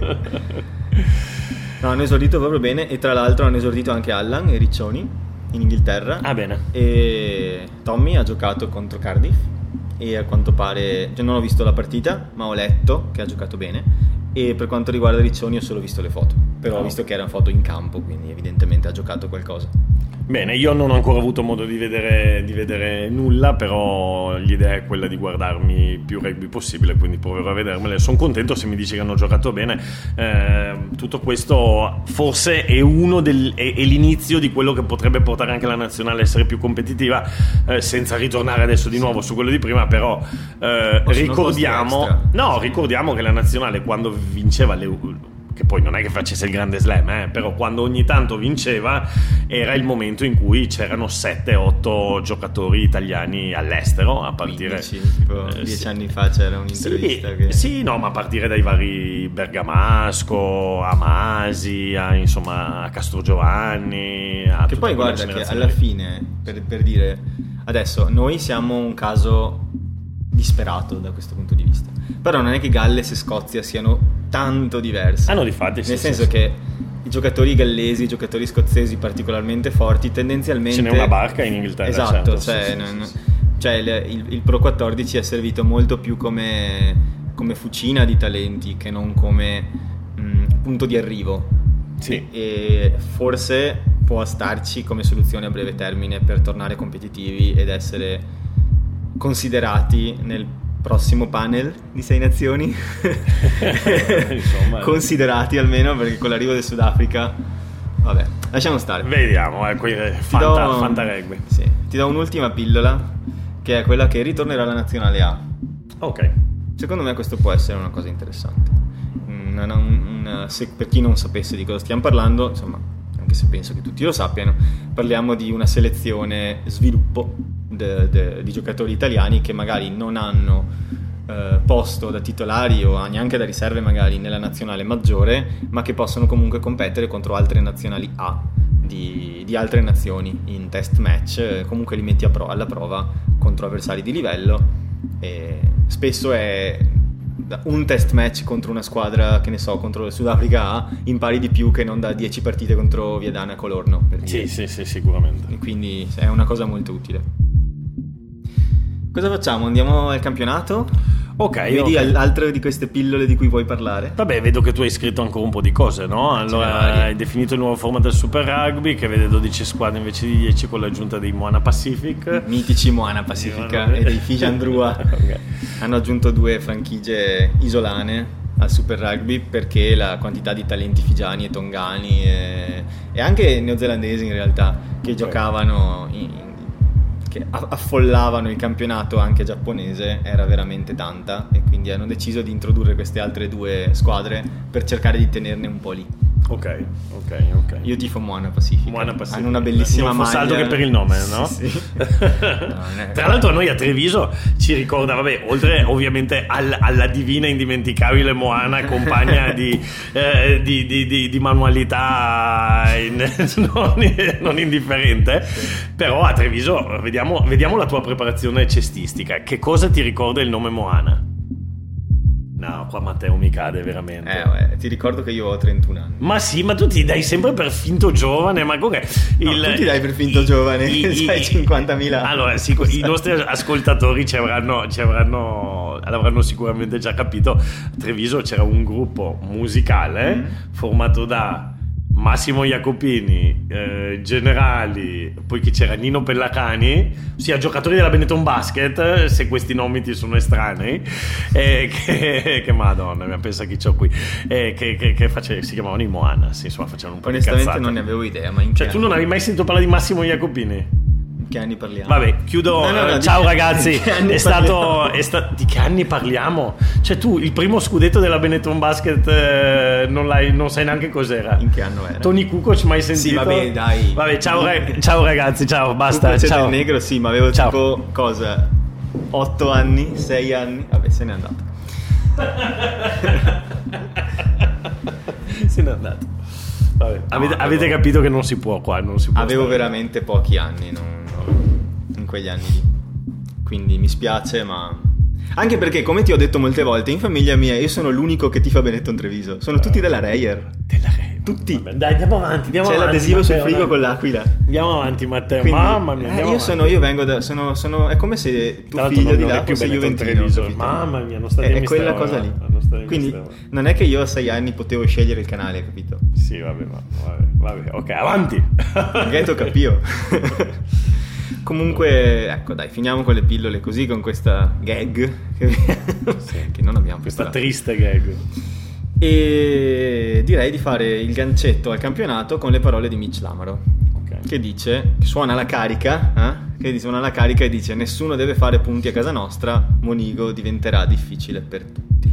No, hanno esordito proprio bene, e tra l'altro hanno esordito anche Allan e Riccioni in Inghilterra. Ah, bene. E Tommy ha giocato contro Cardiff e a quanto pare, cioè non ho visto la partita, ma ho letto che ha giocato bene. E per quanto riguarda Riccioni ho solo visto le foto, però Oh. ho visto che erano foto in campo, quindi evidentemente ha giocato qualcosa. Bene, io non ho ancora avuto modo di vedere, di vedere nulla, però l'idea è quella di guardarmi più rugby possibile, quindi proverò a vedermele. Sono contento se mi dici che hanno giocato bene. Eh, tutto questo forse è uno del, è, è l'inizio di quello che potrebbe portare anche la nazionale a essere più competitiva, eh, senza ritornare adesso di nuovo su quello di prima, però eh, ricordiamo, no, ricordiamo che la nazionale quando vinceva le che poi non è che facesse il grande slam, eh, però quando ogni tanto vinceva era il momento in cui c'erano sette otto giocatori italiani all'estero, a partire quindici, tipo eh, dieci sì. anni fa c'era un'intervista sì, che... sì, no, ma a partire dai vari Bergamasco, a Masi, a, insomma, a Castrogiovanni, a Che tutta poi quella guarda che generazione alla lì. fine, per, per dire, adesso noi siamo un caso disperato da questo punto di vista, però non è che Galles e Scozia siano tanto diverse. Ah no, difatti, nel sì, senso sì, che i giocatori gallesi, i giocatori scozzesi particolarmente forti tendenzialmente... Ce n'è una barca in Inghilterra, esatto, certo, cioè, sì, sì, non- sì, sì. cioè il, il- il Pro quattordici è servito molto più come, come fucina di talenti che non come mh, punto di arrivo. Sì. E forse può starci come soluzione a breve termine per tornare competitivi ed essere considerati nel prossimo panel di sei nazioni. Insomma, considerati almeno, perché con l'arrivo del Sudafrica vabbè, lasciamo stare. Vediamo, eh, qui è Ti fanta, do- fanta rugby. sì, ti do un'ultima pillola, che è quella che ritornerà alla nazionale A. Ok. Secondo me questo può essere una cosa interessante. Una- una- una- se, per chi non sapesse di cosa stiamo parlando, insomma, anche se penso che tutti lo sappiano, parliamo di una selezione sviluppo de, de, di giocatori italiani che magari non hanno eh, posto da titolari o neanche da riserve magari nella nazionale maggiore, ma che possono comunque competere contro altre nazionali A di, di altre nazioni in test match, eh, comunque li metti a pro- alla prova contro avversari di livello, e spesso è un test match contro una squadra, che ne so, contro il Sudafrica A, impari di più che non da dieci partite contro Viadana Colorno, per dire. Sì, sì, sì, sicuramente. E quindi è una cosa molto utile. Cosa facciamo? Andiamo al campionato? Ok, Vedi okay. altre di queste pillole di cui vuoi parlare? Vabbè, vedo che tu hai scritto ancora un po' di cose, no? Allora, hai definito il nuovo format del Super Rugby, che vede dodici squadre invece di dieci, con l'aggiunta dei Moana Pacific. Mitici Moana Pacifica e dei Fijian Drua. Okay. Hanno aggiunto due franchigie isolane al Super Rugby, perché la quantità di talenti figiani e tongani e, e anche neozelandesi in realtà che okay. giocavano in, che affollavano il campionato anche giapponese era veramente tanta, e quindi hanno deciso di introdurre queste altre due squadre per cercare di tenerne un po' lì. Ok, ok, ok. Io tifo Moana Pacific. Moana Pacific. Hanno una bellissima non maglia. Non fosse altro che per il nome, no? Sì, sì. No, tra l'altro noi a Treviso ci ricorda, vabbè, oltre ovviamente al, alla divina indimenticabile Moana, compagna di, eh, di, di, di, di manualità in, non, non indifferente, sì. Però a Treviso vediamo, vediamo la tua preparazione cestistica. Che cosa ti ricorda il nome Moana? No, qua Matteo mi cade veramente. Eh, beh, ti ricordo che io ho trentuno anni. Ma sì, ma tu ti dai sempre per finto giovane, ma comunque il, no, tu ti dai per finto i, giovane, i, hai cinquantamila. Allora, sì, i nostri ascoltatori ci avranno, ci avranno l'avranno sicuramente già capito. A Treviso c'era un gruppo musicale mm. formato da Massimo Jacopini, eh, Generali, poi che c'era Nino Pellacani, ossia giocatori della Benetton Basket, se questi nomi ti sono estranei, eh, che, che madonna, mi pensa chi c'ho qui, eh, che, che, che face, si chiamavano i Moana, sì, insomma facevano un po' onestamente di cazzate. Non ne avevo idea, ma in cioè tu non avevi mai sentito parlare di Massimo Jacopini? Che anni parliamo? Vabbè, chiudo. No, no, no, ciao di, ragazzi. Di è stato è sta, di che anni parliamo? Cioè tu il primo scudetto della Benetton Basket eh, non, l'hai, non sai neanche cos'era. In che anno era? Tony Kukoc mai sentito? Sì, vabbè, dai. Vabbè, ciao, ciao ragazzi, ciao, basta. Kukoc ciao. Del negro, sì, ma avevo ciao. tipo cosa? otto anni, sei anni. Vabbè, se n'è andato. se n'è andato. Vabbè, no, avete, avete capito che non si può qua, non si può. Avevo stare. veramente pochi anni, non, non, in quegli anni lì. Quindi mi spiace, ma anche perché, come ti ho detto molte volte, in famiglia mia io sono l'unico che tifa Benetton Treviso. Sono tutti della Reyer. Della Reyer. Tutti. Vabbè, dai, andiamo avanti, andiamo C'è avanti. l'adesivo Matteo, sul frigo dai. con l'aquila. Andiamo avanti, Matteo. Quindi, Mamma mia. Eh, io sono, io vengo da. Sono, sono, è come se tu figlio non, di non là è più fosse Benetton Juventino. Treviso. Mamma mia, non sta È, è quella cosa lì. Quindi mistero. Non è che io a sei anni potevo scegliere il canale, capito? Sì, vabbè, ma, vabbè, vabbè. Ok, avanti. Ghetto capio. Comunque, ecco, dai, finiamo con le pillole così, con questa gag che, sì. che non abbiamo. Questa triste gag. E direi di fare il gancetto al campionato con le parole di Mitch Lamaro, okay. Che dice, che suona la carica, eh? Che suona la carica e dice: nessuno deve fare punti a casa nostra, Monigo diventerà difficile per tutti.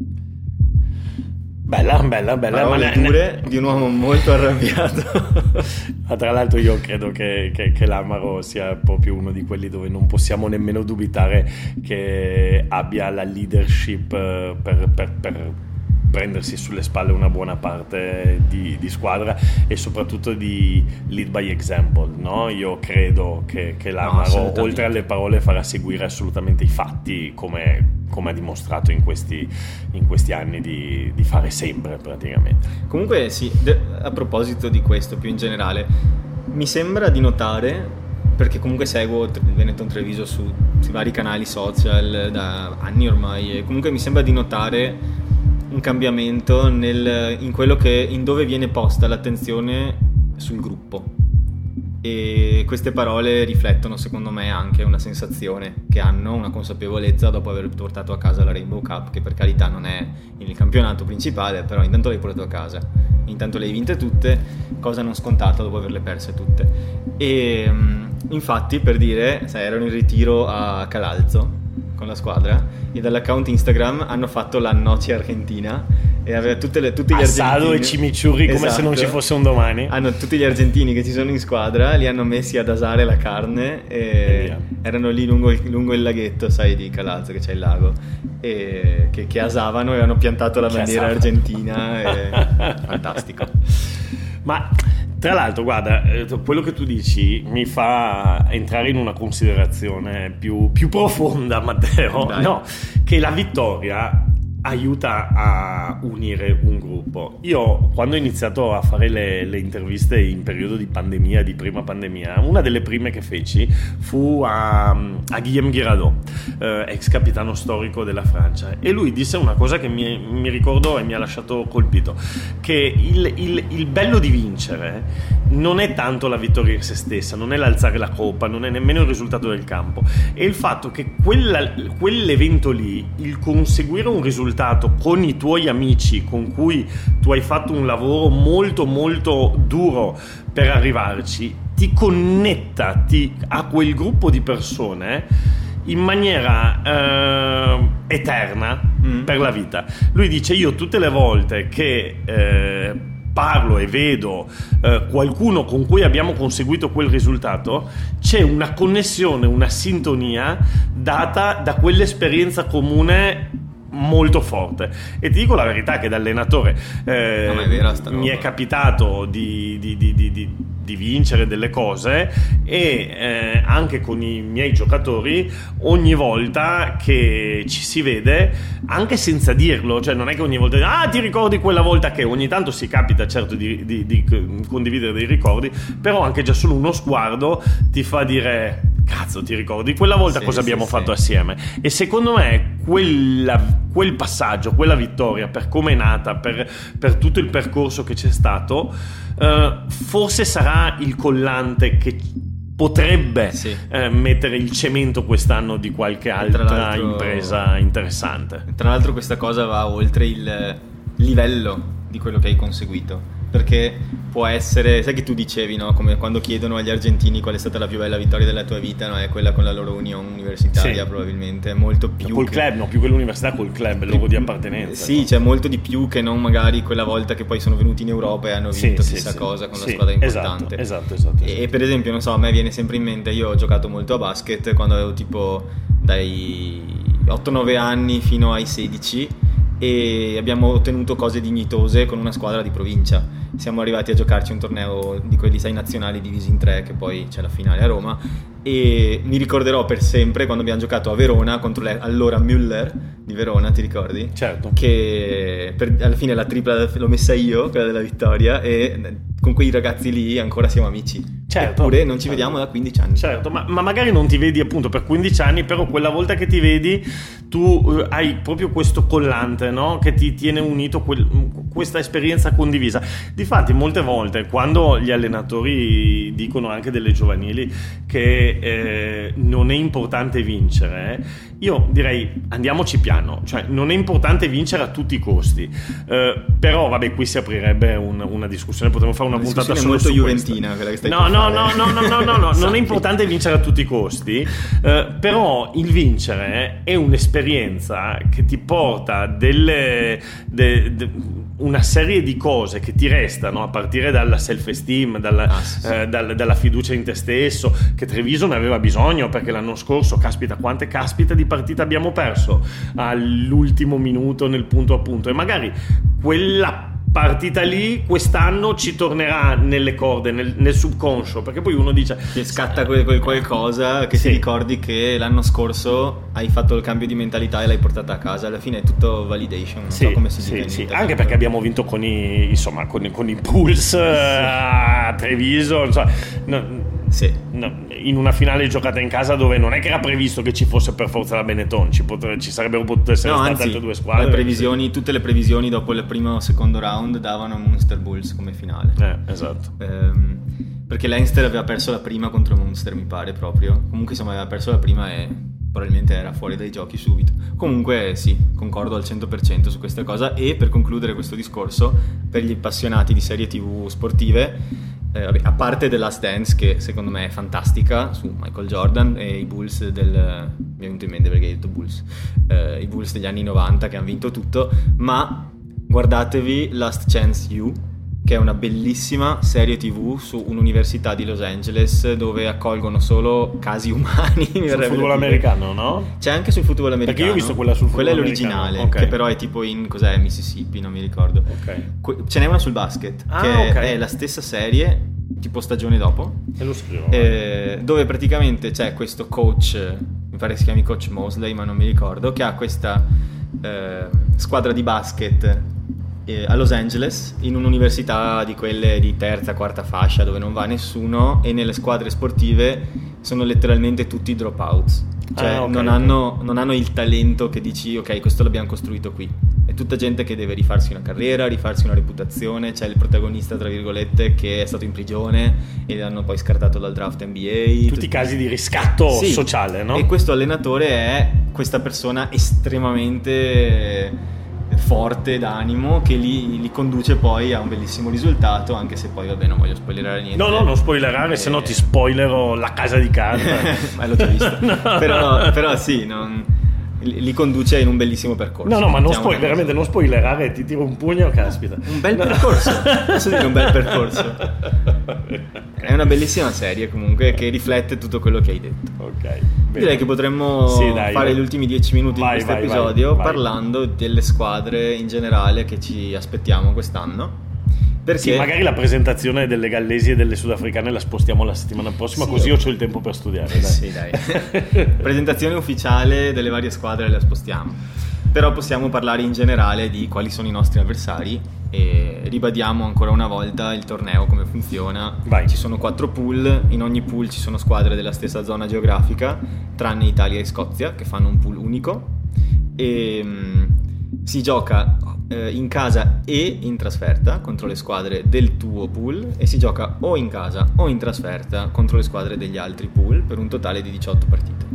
Bella, bella, bella. Parole ma dure ne... di un uomo molto arrabbiato. Ma tra l'altro io credo che, che, che Lamaro sia proprio uno di quelli dove non possiamo nemmeno dubitare che abbia la leadership per, per, per prendersi sulle spalle una buona parte di, di squadra e soprattutto di lead by example, no? Io credo che, che Lamaro, no, oltre alle parole, farà seguire assolutamente i fatti, come, come ha dimostrato in questi, in questi anni di, di fare sempre praticamente. Comunque sì, de- a proposito di questo più in generale, mi sembra di notare, perché comunque seguo Benetton Treviso su, sui vari canali social da anni ormai, e comunque mi sembra di notare un cambiamento nel, in quello che, in dove viene posta l'attenzione sul gruppo, e queste parole riflettono secondo me anche una sensazione che hanno, una consapevolezza dopo aver portato a casa la Rainbow Cup, che per carità non è il campionato principale, però intanto l'hai portato a casa, intanto le hai vinte tutte, cosa non scontata dopo averle perse tutte. E infatti, per dire, sai, erano in ritiro a Calalzo con la squadra e dall'account Instagram hanno fatto la Noche Argentina e aveva tutte le, tutti gli assado argentini e chimichurri come esatto. se non ci fosse un domani. Hanno tutti gli argentini che ci sono in squadra, li hanno messi ad asare la carne e, e erano lì lungo il, lungo il laghetto, sai, di Calazzo, che c'è il lago, e che, che asavano e hanno piantato la bandiera argentina e... fantastico. Ma tra l'altro, guarda, quello che tu dici mi fa entrare in una considerazione più, più profonda, Matteo. Dai. No, che la vittoria aiuta a unire un gruppo. Io, quando ho iniziato a fare le, le interviste in periodo di pandemia, di prima pandemia, una delle prime che feci fu a, a Guillaume Guiraudot, eh, ex capitano storico della Francia, e lui disse una cosa che mi, mi ricordo e mi ha lasciato colpito, che il, il, il bello di vincere non è tanto la vittoria in se stessa, non è l'alzare la coppa, non è nemmeno il risultato del campo, è il fatto che quella, quell'evento lì, il conseguire un risultato con i tuoi amici con cui tu hai fatto un lavoro molto molto duro per arrivarci, ti connetta ti, a quel gruppo di persone in maniera eh, eterna mm. per la vita. Lui dice: io tutte le volte che eh, parlo e vedo eh, qualcuno con cui abbiamo conseguito quel risultato, c'è una connessione, una sintonia data da quell'esperienza comune molto forte. E ti dico la verità che da allenatore eh, no, è vero, mi è capitato di, di, di, di, di, di vincere delle cose e eh, anche con i miei giocatori ogni volta che ci si vede, anche senza dirlo, cioè non è che ogni volta ah ti ricordi quella volta che, ogni tanto si capita certo di, di, di condividere dei ricordi, però anche già solo uno sguardo ti fa dire cazzo, ti ricordi quella volta sì, cosa sì, abbiamo sì. fatto assieme? E secondo me quella, quel passaggio, quella vittoria, per come è nata, per, per tutto il percorso che c'è stato, eh, forse sarà il collante che potrebbe sì. eh, mettere il cemento quest'anno di qualche altra impresa interessante. Tra l'altro questa cosa va oltre il livello di quello che hai conseguito, perché può essere, sai che tu dicevi, no? Come quando chiedono agli argentini qual è stata la più bella vittoria della tua vita, no? È quella con la loro unione universitaria, sì. probabilmente molto più col che... club, no, più che l'università, col club, il loro di appartenenza. Sì, no? C'è molto di più che non magari quella volta che poi sono venuti in Europa e hanno vinto sì, chissà sì, cosa con sì, la squadra importante. Esatto, esatto, esatto, esatto. E per esempio, non so, a me viene sempre in mente, io ho giocato molto a basket quando avevo tipo dai otto nove anni fino ai sedici e abbiamo ottenuto cose dignitose con una squadra di provincia. Siamo arrivati a giocarci un torneo di quelli sei nazionali divisi in tre, che poi c'è la finale a Roma, e mi ricorderò per sempre quando abbiamo giocato a Verona contro le, allora Müller di Verona, ti ricordi? Certo. Che per, alla fine la tripla l'ho messa io, quella della vittoria, e con quei ragazzi lì ancora siamo amici. Certo. Eppure non ci vediamo da quindici anni. Certo, ma, ma magari non ti vedi appunto per quindici anni, però quella volta che ti vedi tu uh, hai proprio questo collante, no? Che ti tiene unito, quel, questa esperienza condivisa. Difatti molte volte quando gli allenatori dicono anche delle giovanili che eh, non è importante vincere, io direi andiamoci piano, cioè non è importante vincere a tutti i costi, eh, però vabbè, qui si aprirebbe un, una discussione, potremmo fare una, una puntata solo molto su juventina quella che stai no, no, no, no, no, no, no, no, non è importante vincere a tutti i costi, eh, però il vincere è un'esperienza che ti porta delle de, de, una serie di cose che ti restano, a partire dalla self-esteem, dalla, ah, sì, sì. Eh, dal, dalla fiducia in te stesso, che Treviso ne aveva bisogno, perché l'anno scorso, caspita, quante caspita di partite abbiamo perso all'ultimo minuto nel punto a punto, e magari quella partita lì quest'anno ci tornerà nelle corde, nel, nel subconscio, perché poi uno dice che scatta quel, quel qualcosa che sì. ti ricordi che l'anno scorso hai fatto il cambio di mentalità e l'hai portata a casa. Alla fine è tutto validation, non sì, so come si sì, dice sì. Anche perché abbiamo vinto con i insomma con, con i Pulse a Treviso, insomma, no, sì. no, in una finale giocata in casa dove non è che era previsto che ci fosse per forza la Benetton, ci, potre, ci sarebbero potute essere no, state anzi, altre due squadre. Le previsioni, tutte le previsioni dopo il primo o secondo round davano Munster Bulls come finale. Eh, esatto. Ehm, perché Leinster aveva perso la prima contro Munster, mi pare proprio. Comunque insomma aveva perso la prima e probabilmente era fuori dai giochi subito. Comunque sì, concordo al cento per cento su questa cosa. E per concludere questo discorso, per gli appassionati di serie tv sportive, eh, vabbè, a parte The Last Dance, che secondo me è fantastica, su Michael Jordan, e i Bulls del... mi è venuto in mente perché hai detto Bulls, eh, i Bulls degli anni novanta che hanno vinto tutto, ma guardatevi Last Chance U, che è una bellissima serie tv su un'università di Los Angeles dove accolgono solo casi umani. Sul football americano, no? C'è anche sul football americano. Perché io ho visto quella sul football Quella è americano. l'originale, Okay. che però è tipo in, cos'è, Mississippi, non mi ricordo. Ok. Que- ce n'è una sul basket, Ah, che ok. è la stessa serie, tipo stagione dopo, E lo scrivo. eh, dove praticamente c'è questo coach, mi pare che si chiami Coach Mosley, ma non mi ricordo, che ha questa eh, squadra di basket eh, a Los Angeles, in un'università di quelle di terza, quarta fascia dove non va nessuno, e nelle squadre sportive sono letteralmente tutti dropouts, cioè Ah, ok, non, ok. hanno, non hanno il talento che dici ok, questo l'abbiamo costruito qui. È tutta gente che deve rifarsi una carriera, rifarsi una reputazione. C'è il protagonista, tra virgolette, che è stato in prigione e l'hanno poi scartato dal draft N B A. Tutti i casi di riscatto Sì. sociale, no? E questo allenatore è questa persona estremamente forte d'animo che li, li conduce poi a un bellissimo risultato, anche se poi vabbè non voglio spoilerare niente. No, no, non spoilerare, Eh, se no ti spoilerò La Casa di Carta. ma l'ho già visto. però, però sì, non, li li conduce in un bellissimo percorso. No, no, ma non Mettiamola spoil- veramente non spoilerare, ti tiro un pugno, caspita. Un bel percorso, posso dire un bel percorso. È una bellissima serie comunque che riflette tutto quello che hai detto. Ok. bene. Direi che potremmo Sì, dai, fare vai. gli ultimi dieci minuti Vai, di questo vai, episodio vai, vai. parlando delle squadre in generale che ci aspettiamo quest'anno. Perché Sì, magari la presentazione delle gallesi e delle sudafricane la spostiamo la settimana prossima, Sì. così io ho il tempo per studiare. Dai. Sì, dai. Presentazione ufficiale delle varie squadre la spostiamo. Però possiamo parlare in generale di quali sono i nostri avversari e ribadiamo ancora una volta il torneo, come funziona. Vai. Ci sono quattro pool, in ogni pool ci sono squadre della stessa zona geografica, tranne Italia e Scozia, che fanno un pool unico, e mh, si gioca eh, in casa e in trasferta contro le squadre del tuo pool, e si gioca o in casa o in trasferta contro le squadre degli altri pool, per un totale di diciotto partite.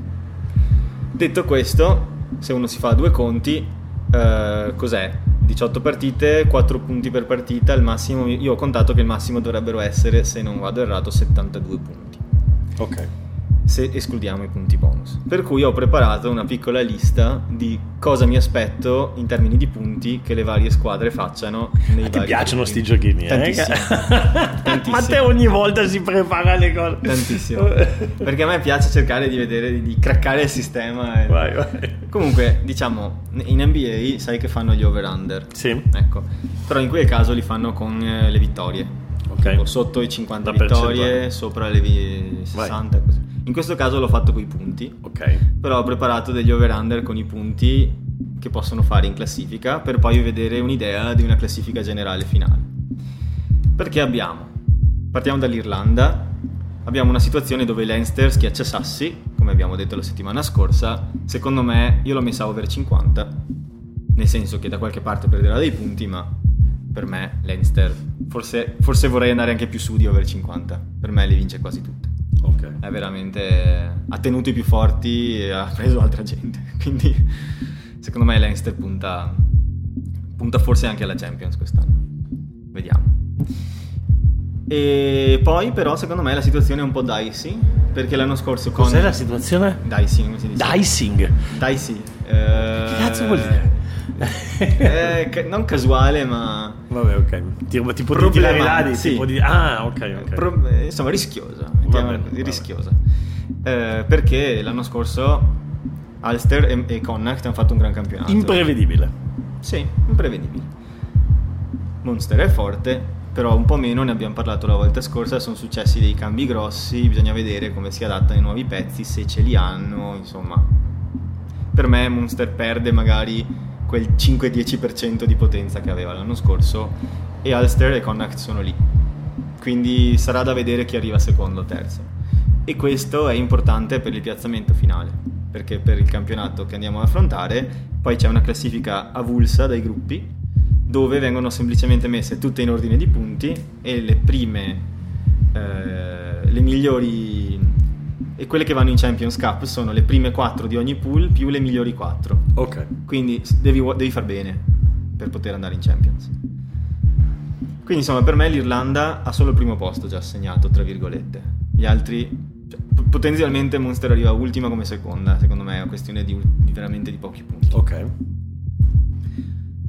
Detto questo, se uno si fa due conti, eh, cos'è? diciotto partite, quattro punti per partita, il massimo, io ho contato che il massimo dovrebbero essere, se non vado errato, settantadue punti, Ok. se escludiamo i punti bonus. Per cui ho preparato una piccola lista di cosa mi aspetto in termini di punti che le varie squadre facciano nei A te vari piacciono gruppi. sti giochini, eh? Tantissimo. Tantissimo. Ma te ogni volta si prepara le cose. Tantissimo. Perché a me piace cercare di vedere, di, di craccare il sistema. e- Vai, vai. Comunque, diciamo, in N B A sai che fanno gli over-under. Sì. Ecco. Però in quel caso li fanno con eh, le vittorie. Ok. Tipo, sotto i cinquanta La percentuale. vittorie, sopra le vi- sessanta. Così. In questo caso l'ho fatto con i punti. Ok. Però ho preparato degli over-under con i punti che possono fare in classifica, per poi vedere un'idea di una classifica generale finale. Perché abbiamo, partiamo dall'Irlanda, abbiamo una situazione dove Leinster schiaccia Sassi, come abbiamo detto la settimana scorsa. Secondo me io l'ho messa over cinquanta, nel senso che da qualche parte perderà dei punti, ma per me Leinster, forse, forse vorrei andare anche più su di over cinquanta, per me le vince quasi tutte. Ok. È veramente, ha tenuto i più forti e ha preso altra gente, quindi secondo me Leinster punta, punta forse anche alla Champions quest'anno, vediamo. E poi però secondo me la situazione è un po' dicey, perché l'anno scorso con... Cos'è la situazione? Dicey, come si dice? Dicing. Dicey. Eh, Che cazzo vuol dire? eh, ca- non casuale, ma... Vabbè, ok. Tipo, tipo di Problema- tirare i dadi, sì. tipo di... Ah, ok, ok. Pro- eh, insomma rischiosa, mettiamola bene, così, va rischiosa. Eh, perché l'anno scorso Ulster e, e Connacht hanno fatto un gran campionato. Imprevedibile. Sì, imprevedibile. Munster è forte, però un po' meno, ne abbiamo parlato la volta scorsa, sono successi dei cambi grossi, bisogna vedere come si adattano ai nuovi pezzi, se ce li hanno, insomma. Per me Munster perde magari quel cinque-dieci per cento di potenza che aveva l'anno scorso, e Ulster e Connacht sono lì. Quindi sarà da vedere chi arriva secondo o terzo. E questo è importante per il piazzamento finale, perché per il campionato che andiamo ad affrontare poi c'è una classifica avulsa dai gruppi, dove vengono semplicemente messe tutte in ordine di punti, e le prime eh, le migliori e quelle che vanno in Champions Cup sono le prime quattro di ogni pool più le migliori quattro. Ok. Quindi devi, devi far bene per poter andare in Champions. Quindi insomma per me l'Irlanda ha solo il primo posto già assegnato, tra virgolette. Gli altri, cioè, p- potenzialmente Munster arriva ultima come seconda. Secondo me è una questione di, di veramente di pochi punti. Ok.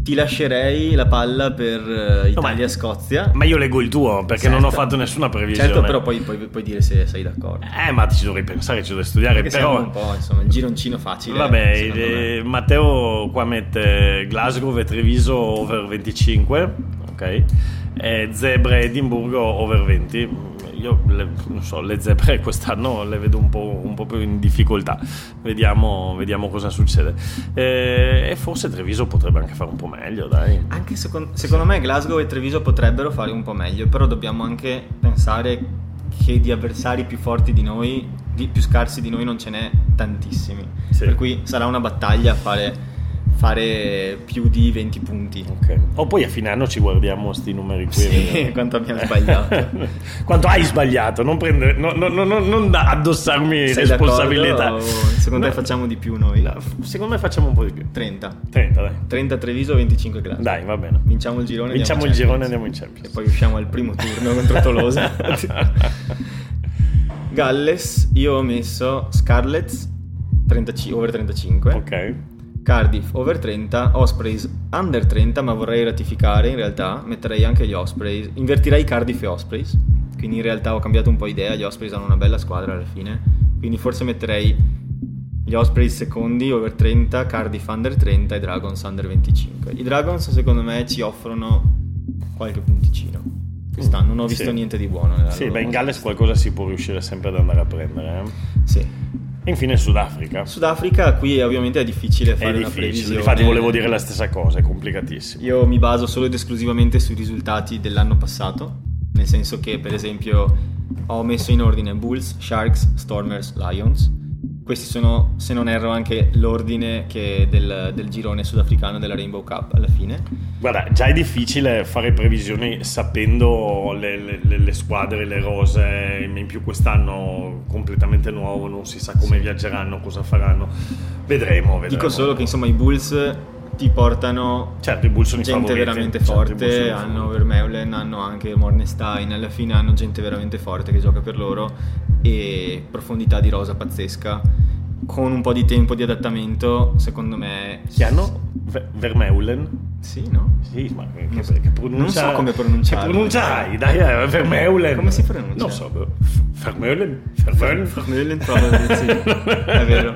ti lascerei la palla per uh, Italia-Scozia. Ma io leggo il tuo perché certo. non ho fatto nessuna previsione. Certo, però poi puoi, puoi dire se sei d'accordo. Eh, ma ci dovrei pensare, ci dovrei studiare. Perché però un po', insomma, il gironcino facile. Vabbè, eh, Matteo qua mette Glasgow e Treviso over venticinque, ok? E Zebre Edimburgo over venti. Io le, non so, le zebre quest'anno le vedo un po', un po' più in difficoltà. Vediamo, vediamo cosa succede. E, e forse Treviso potrebbe anche fare un po' meglio, dai. Anche secondo, secondo me Glasgow e Treviso potrebbero fare un po' meglio, però dobbiamo anche pensare che di avversari più forti di noi, di, più scarsi di noi non ce n'è tantissimi. Sì. Per cui sarà una battaglia fare fare più di venti punti. Ok. O poi a fine anno ci guardiamo sti numeri qui. Sì, quanto abbiamo sbagliato. Quanto hai sbagliato, non prendere, no, no, no, no, non da addossarmi sei responsabilità. Secondo no. me facciamo di più noi? No, secondo me facciamo un po' di più. trenta. trenta, dai. trenta Treviso, venticinque Glasgow. Dai, va bene. Vinciamo il girone. Vinciamo il girone e andiamo in Champions. E poi usciamo al primo turno contro Tolosa. Galles, io ho messo Scarlets trentacinque, over trentacinque. Ok. Cardiff over trenta, Ospreys under trenta, ma vorrei ratificare in realtà, metterei anche gli Ospreys, invertirei Cardiff e Ospreys, quindi in realtà ho cambiato un po' idea, gli Ospreys hanno una bella squadra alla fine, quindi forse metterei gli Ospreys secondi over trenta, Cardiff under trenta e Dragons under venticinque. I Dragons secondo me ci offrono qualche punticino quest'anno, non ho visto sì. niente di buono nella sì, loro beh, in Galles mossa. qualcosa si può riuscire sempre ad andare a prendere, eh? Sì. E infine Sudafrica. Sudafrica qui ovviamente è difficile fare è una difficile, previsione. infatti volevo dire la stessa cosa, è complicatissimo. Io mi baso solo ed esclusivamente sui risultati dell'anno passato, nel senso che per esempio ho messo in ordine Bulls, Sharks, Stormers, Lions. Questi sono, se non erro, anche l'ordine che del, del girone sudafricano della Rainbow Cup alla fine. Guarda, già è difficile fare previsioni sapendo le, le, le squadre, le rose, in più quest'anno completamente nuovo, non si sa come sì. viaggeranno, cosa faranno. Vedremo, vedremo. Dico solo che insomma i Bulls ti portano certo, i Bulls sono gente i veramente certo, forte, hanno Vermeulen, hanno anche Mornestein, alla fine hanno gente veramente forte che gioca per loro e profondità di rosa pazzesca, con un po' di tempo di adattamento secondo me. Chi hanno? Ver- Vermeulen? Sì, no? Sì, ma che, non so, che pronuncia, non so come pronunciare. Che pronunciai? Dai, eh, Vermeulen. Come si pronuncia? Non so, Vermeulen? Vermeulen? Vermeulen, probabilmente sì. È vero.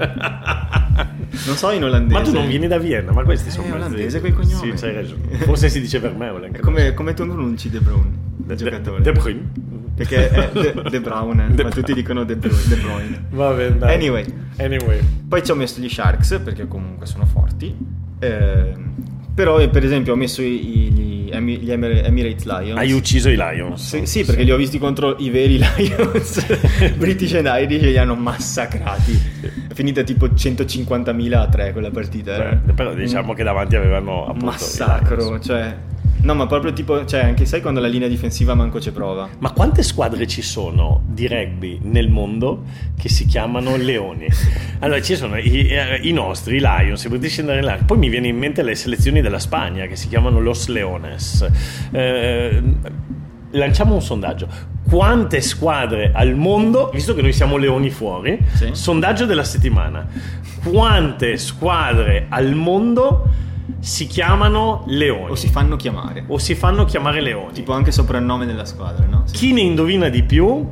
Non so in olandese. Ma tu non vieni da Vienna, ma questi sono è olandese quei cognomi. Sì, c'hai ragione. Forse si dice Vermeulen. Come, come tu pronunci De Bruyne, De, il giocatore? De Bruyne. Perché è De, De Bruyne, De ma tutti dicono De Bruyne. De Bruyne. Va bene, dai. Anyway. Anyway. Poi ci ho messo gli Sharks perché comunque sono forti. Eh, però per esempio ho messo i, gli, gli Emirates Lions. Hai ucciso i Lions? Sì, sì, perché li ho visti contro i veri Lions British and Irish e li hanno massacrati. È finita tipo centocinquantamila a tre quella partita. Beh, però diciamo che davanti avevano appunto massacro, cioè no, ma proprio tipo, cioè anche sai quando la linea difensiva manco ci prova. Ma quante squadre ci sono di rugby nel mondo che si chiamano Leoni? Allora ci sono i, i nostri, i Lions, i British and Irish. Poi mi viene in mente le selezioni della Spagna che si chiamano Los Leones. Eh, lanciamo un sondaggio: quante squadre al mondo, visto che noi siamo leoni fuori, sì. sondaggio della settimana, quante squadre al mondo si chiamano leoni o si fanno chiamare o si fanno chiamare leoni, tipo anche soprannome della squadra, no? Sì. Chi ne indovina di più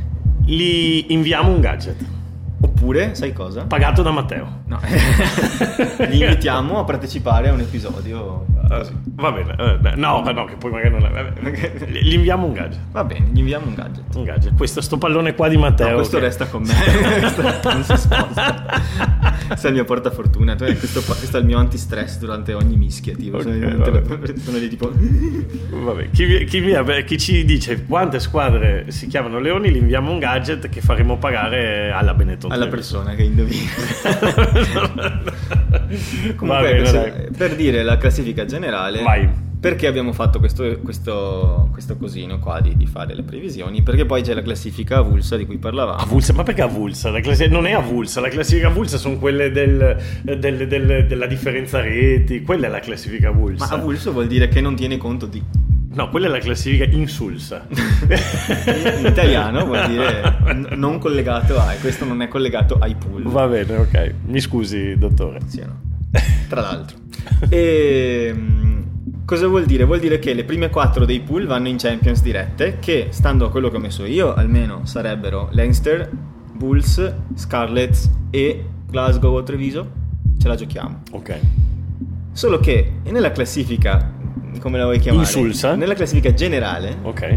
gli inviamo un gadget, oppure sai cosa? Pagato da Matteo. No. Li invitiamo a partecipare a un episodio così. Va bene, eh, no, no, che poi magari non è... Gli inviamo un gadget. Va bene, gli inviamo un gadget. Un gadget. Questo sto pallone qua di Matteo. No, questo che... resta con me. Non si sposta. Questo è il mio portafortuna. Questo, questo è il mio antistress durante ogni mischia. Tipo. Okay, sono, sono lì tipo. Vabbè, chi, chi, chi ci dice quante squadre si chiamano leoni, gli inviamo un gadget che faremo pagare alla Benetton. Alla persona che indovina. Comunque, bene, se, per dire la classifica generale, vai. Perché abbiamo fatto questo, questo, questo cosino qua di, di fare le previsioni? Perché poi c'è la classifica avulsa di cui parlavamo. Avulsa? Ma perché avulsa? La classi- non è avulsa, la classifica avulsa sono quelle del, del, del, della differenza reti, quella è la classifica avulsa. Ma avulso vuol dire che non tiene conto di... No, quella è la classifica insulsa. In italiano vuol dire n- non collegato a, e questo non è collegato ai pool. Va bene, ok. Mi scusi, dottore. Sì o no? Tra l'altro. E... Cosa vuol dire? Vuol dire che le prime quattro dei pool vanno in Champions dirette, che stando a quello che ho messo io almeno sarebbero Leinster, Bulls, Scarlets e Glasgow o Treviso. Ce la giochiamo. Ok. Solo che nella classifica, come la vuoi chiamare? Insulsa. Nella classifica generale, ok,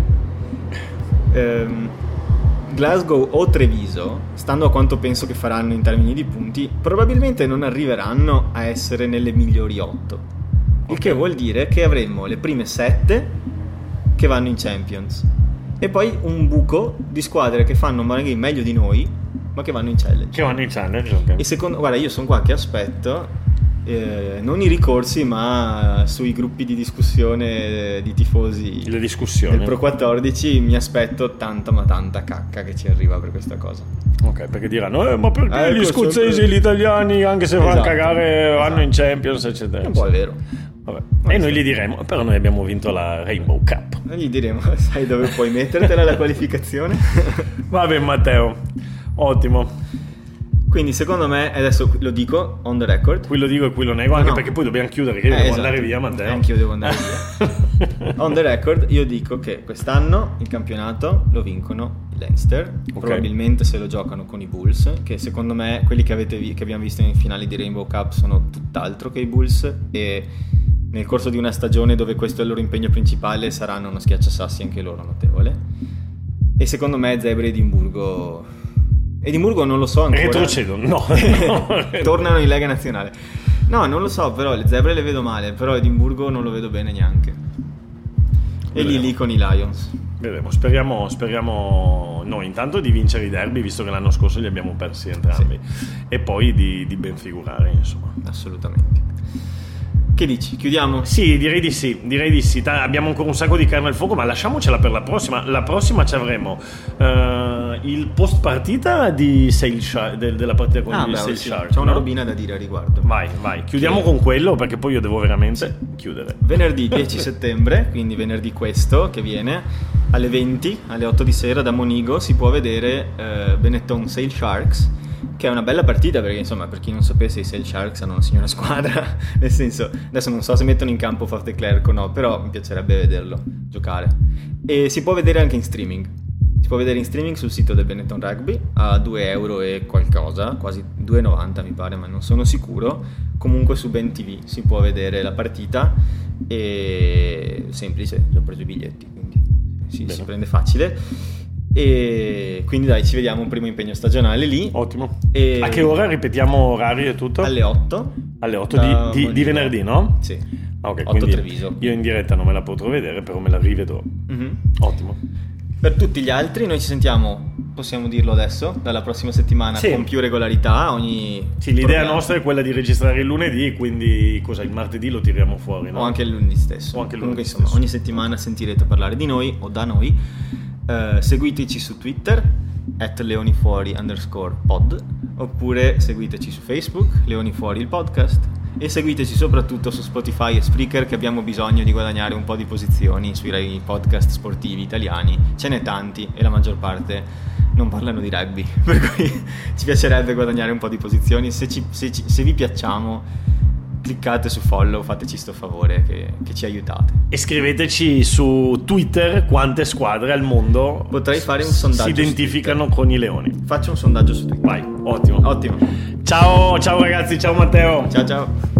ehm, Glasgow o Treviso, stando a quanto penso che faranno in termini di punti, probabilmente non arriveranno a essere nelle migliori otto. Il Ok. che vuol dire che avremmo le prime sette che vanno in Champions e poi un buco di squadre che fanno magari meglio di noi, ma che vanno in Challenge. che vanno in challenge, ok. E secondo, guarda, io sono qua che aspetto eh, non i ricorsi, ma sui gruppi di discussione di tifosi Le discussioni. del Pro quattordici mi aspetto tanta ma tanta cacca che ci arriva per questa cosa. Ok, perché diranno eh, ma perché Eh, gli ecco, scozzesi sempre- e gli italiani, anche se vanno a Esatto, cagare, vanno esatto. in Champions, eccetera. Un po' è vero. Vabbè. E noi gli diremo, però noi abbiamo vinto la Rainbow Cup. Noi gli diremo, sai dove puoi mettertela la qualificazione? Vabbè Matteo, ottimo. Quindi secondo me, adesso lo dico on the record, Qui lo dico e qui lo nego, anche No. perché poi dobbiamo chiudere, che io Eh, devo esatto. andare via Matteo. Anch'io devo andare via. On the record io dico che quest'anno il campionato lo vincono i Leinster, Ok. probabilmente se lo giocano con i Bulls, che secondo me quelli che, avete vi- che abbiamo visto in finali di Rainbow Cup sono tutt'altro che i Bulls, e nel corso di una stagione dove questo è il loro impegno principale saranno uno schiacciasassi anche loro notevole. E secondo me Zebre e Edimburgo Edimburgo non lo so ancora. Retrocedono, no. Tornano in Lega Nazionale. No, non lo so, però le Zebre le vedo male, però Edimburgo non lo vedo bene neanche. E lì Vedremo. lì con i Lions. Vedremo, speriamo, speriamo noi intanto di vincere i derby, visto che l'anno scorso li abbiamo persi entrambi, e poi di, di ben figurare, insomma. Assolutamente. Che dici? Chiudiamo? Sì, direi di sì, direi di sì. Ta- abbiamo ancora un sacco di carne al fuoco, ma lasciamocela per la prossima. La prossima ci avremo eh, il post partita di Sail Shark, del- della partita con Ah, il beh, Sail sì, Shark. c'è una no? robina da dire a riguardo. Vai, vai, chiudiamo Che- con quello, perché poi io devo veramente chiudere. Venerdì dieci settembre, quindi venerdì questo che viene, alle venti, alle otto di sera da Monigo si può vedere eh, Benetton Sail Sharks, che è una bella partita perché insomma, per chi non sapesse, i Sail Sharks hanno una signora squadra, nel senso, adesso non so se mettono in campo Faf de Klerk o no, però mi piacerebbe vederlo giocare. E si può vedere anche in streaming. Si può vedere in streaming sul sito del Benetton Rugby a due euro e qualcosa, quasi due e novanta mi pare, ma non sono sicuro. Comunque su Ben T V si può vedere la partita, e semplice, ho preso i biglietti, quindi si, Bene. si prende facile. E quindi dai, ci vediamo un primo impegno stagionale lì. Ottimo. E- A che ora ripetiamo orari e tutto? Alle otto. Alle otto Da di, di- di Monigo. venerdì, no? Sì. Ah, ok, otto quindi Treviso. io in diretta non me la potrò vedere, però me la rivedrò. Mhm. Ottimo. Per tutti gli altri noi ci sentiamo, possiamo dirlo adesso, dalla prossima settimana Sì. con più regolarità. Ogni Sì, l'idea programma. nostra è quella di registrare il lunedì, quindi cosa, il martedì lo tiriamo fuori, no? O anche il lunedì stesso. O anche il Comunque, lunedì insomma, stesso. ogni settimana sentirete parlare di noi o da noi. Eh, seguiteci su Twitter at leonifuori underscore pod, oppure seguiteci su Facebook Leonifuori il podcast, e seguiteci soprattutto su Spotify e Spreaker, che abbiamo bisogno di guadagnare un po' di posizioni sui podcast sportivi italiani. Ce n'è tanti e la maggior parte non parlano di rugby, per cui ci piacerebbe guadagnare un po' di posizioni. Se, ci- se ci- se vi piacciamo, cliccate su follow, fateci sto favore che, che ci aiutate. E scriveteci su Twitter quante squadre al mondo Potrei fare un sondaggio si su identificano con i leoni. Faccio un sondaggio su Twitter. Vai, ottimo. Ottimo. Ciao, ciao ragazzi, ciao Matteo. Ciao ciao.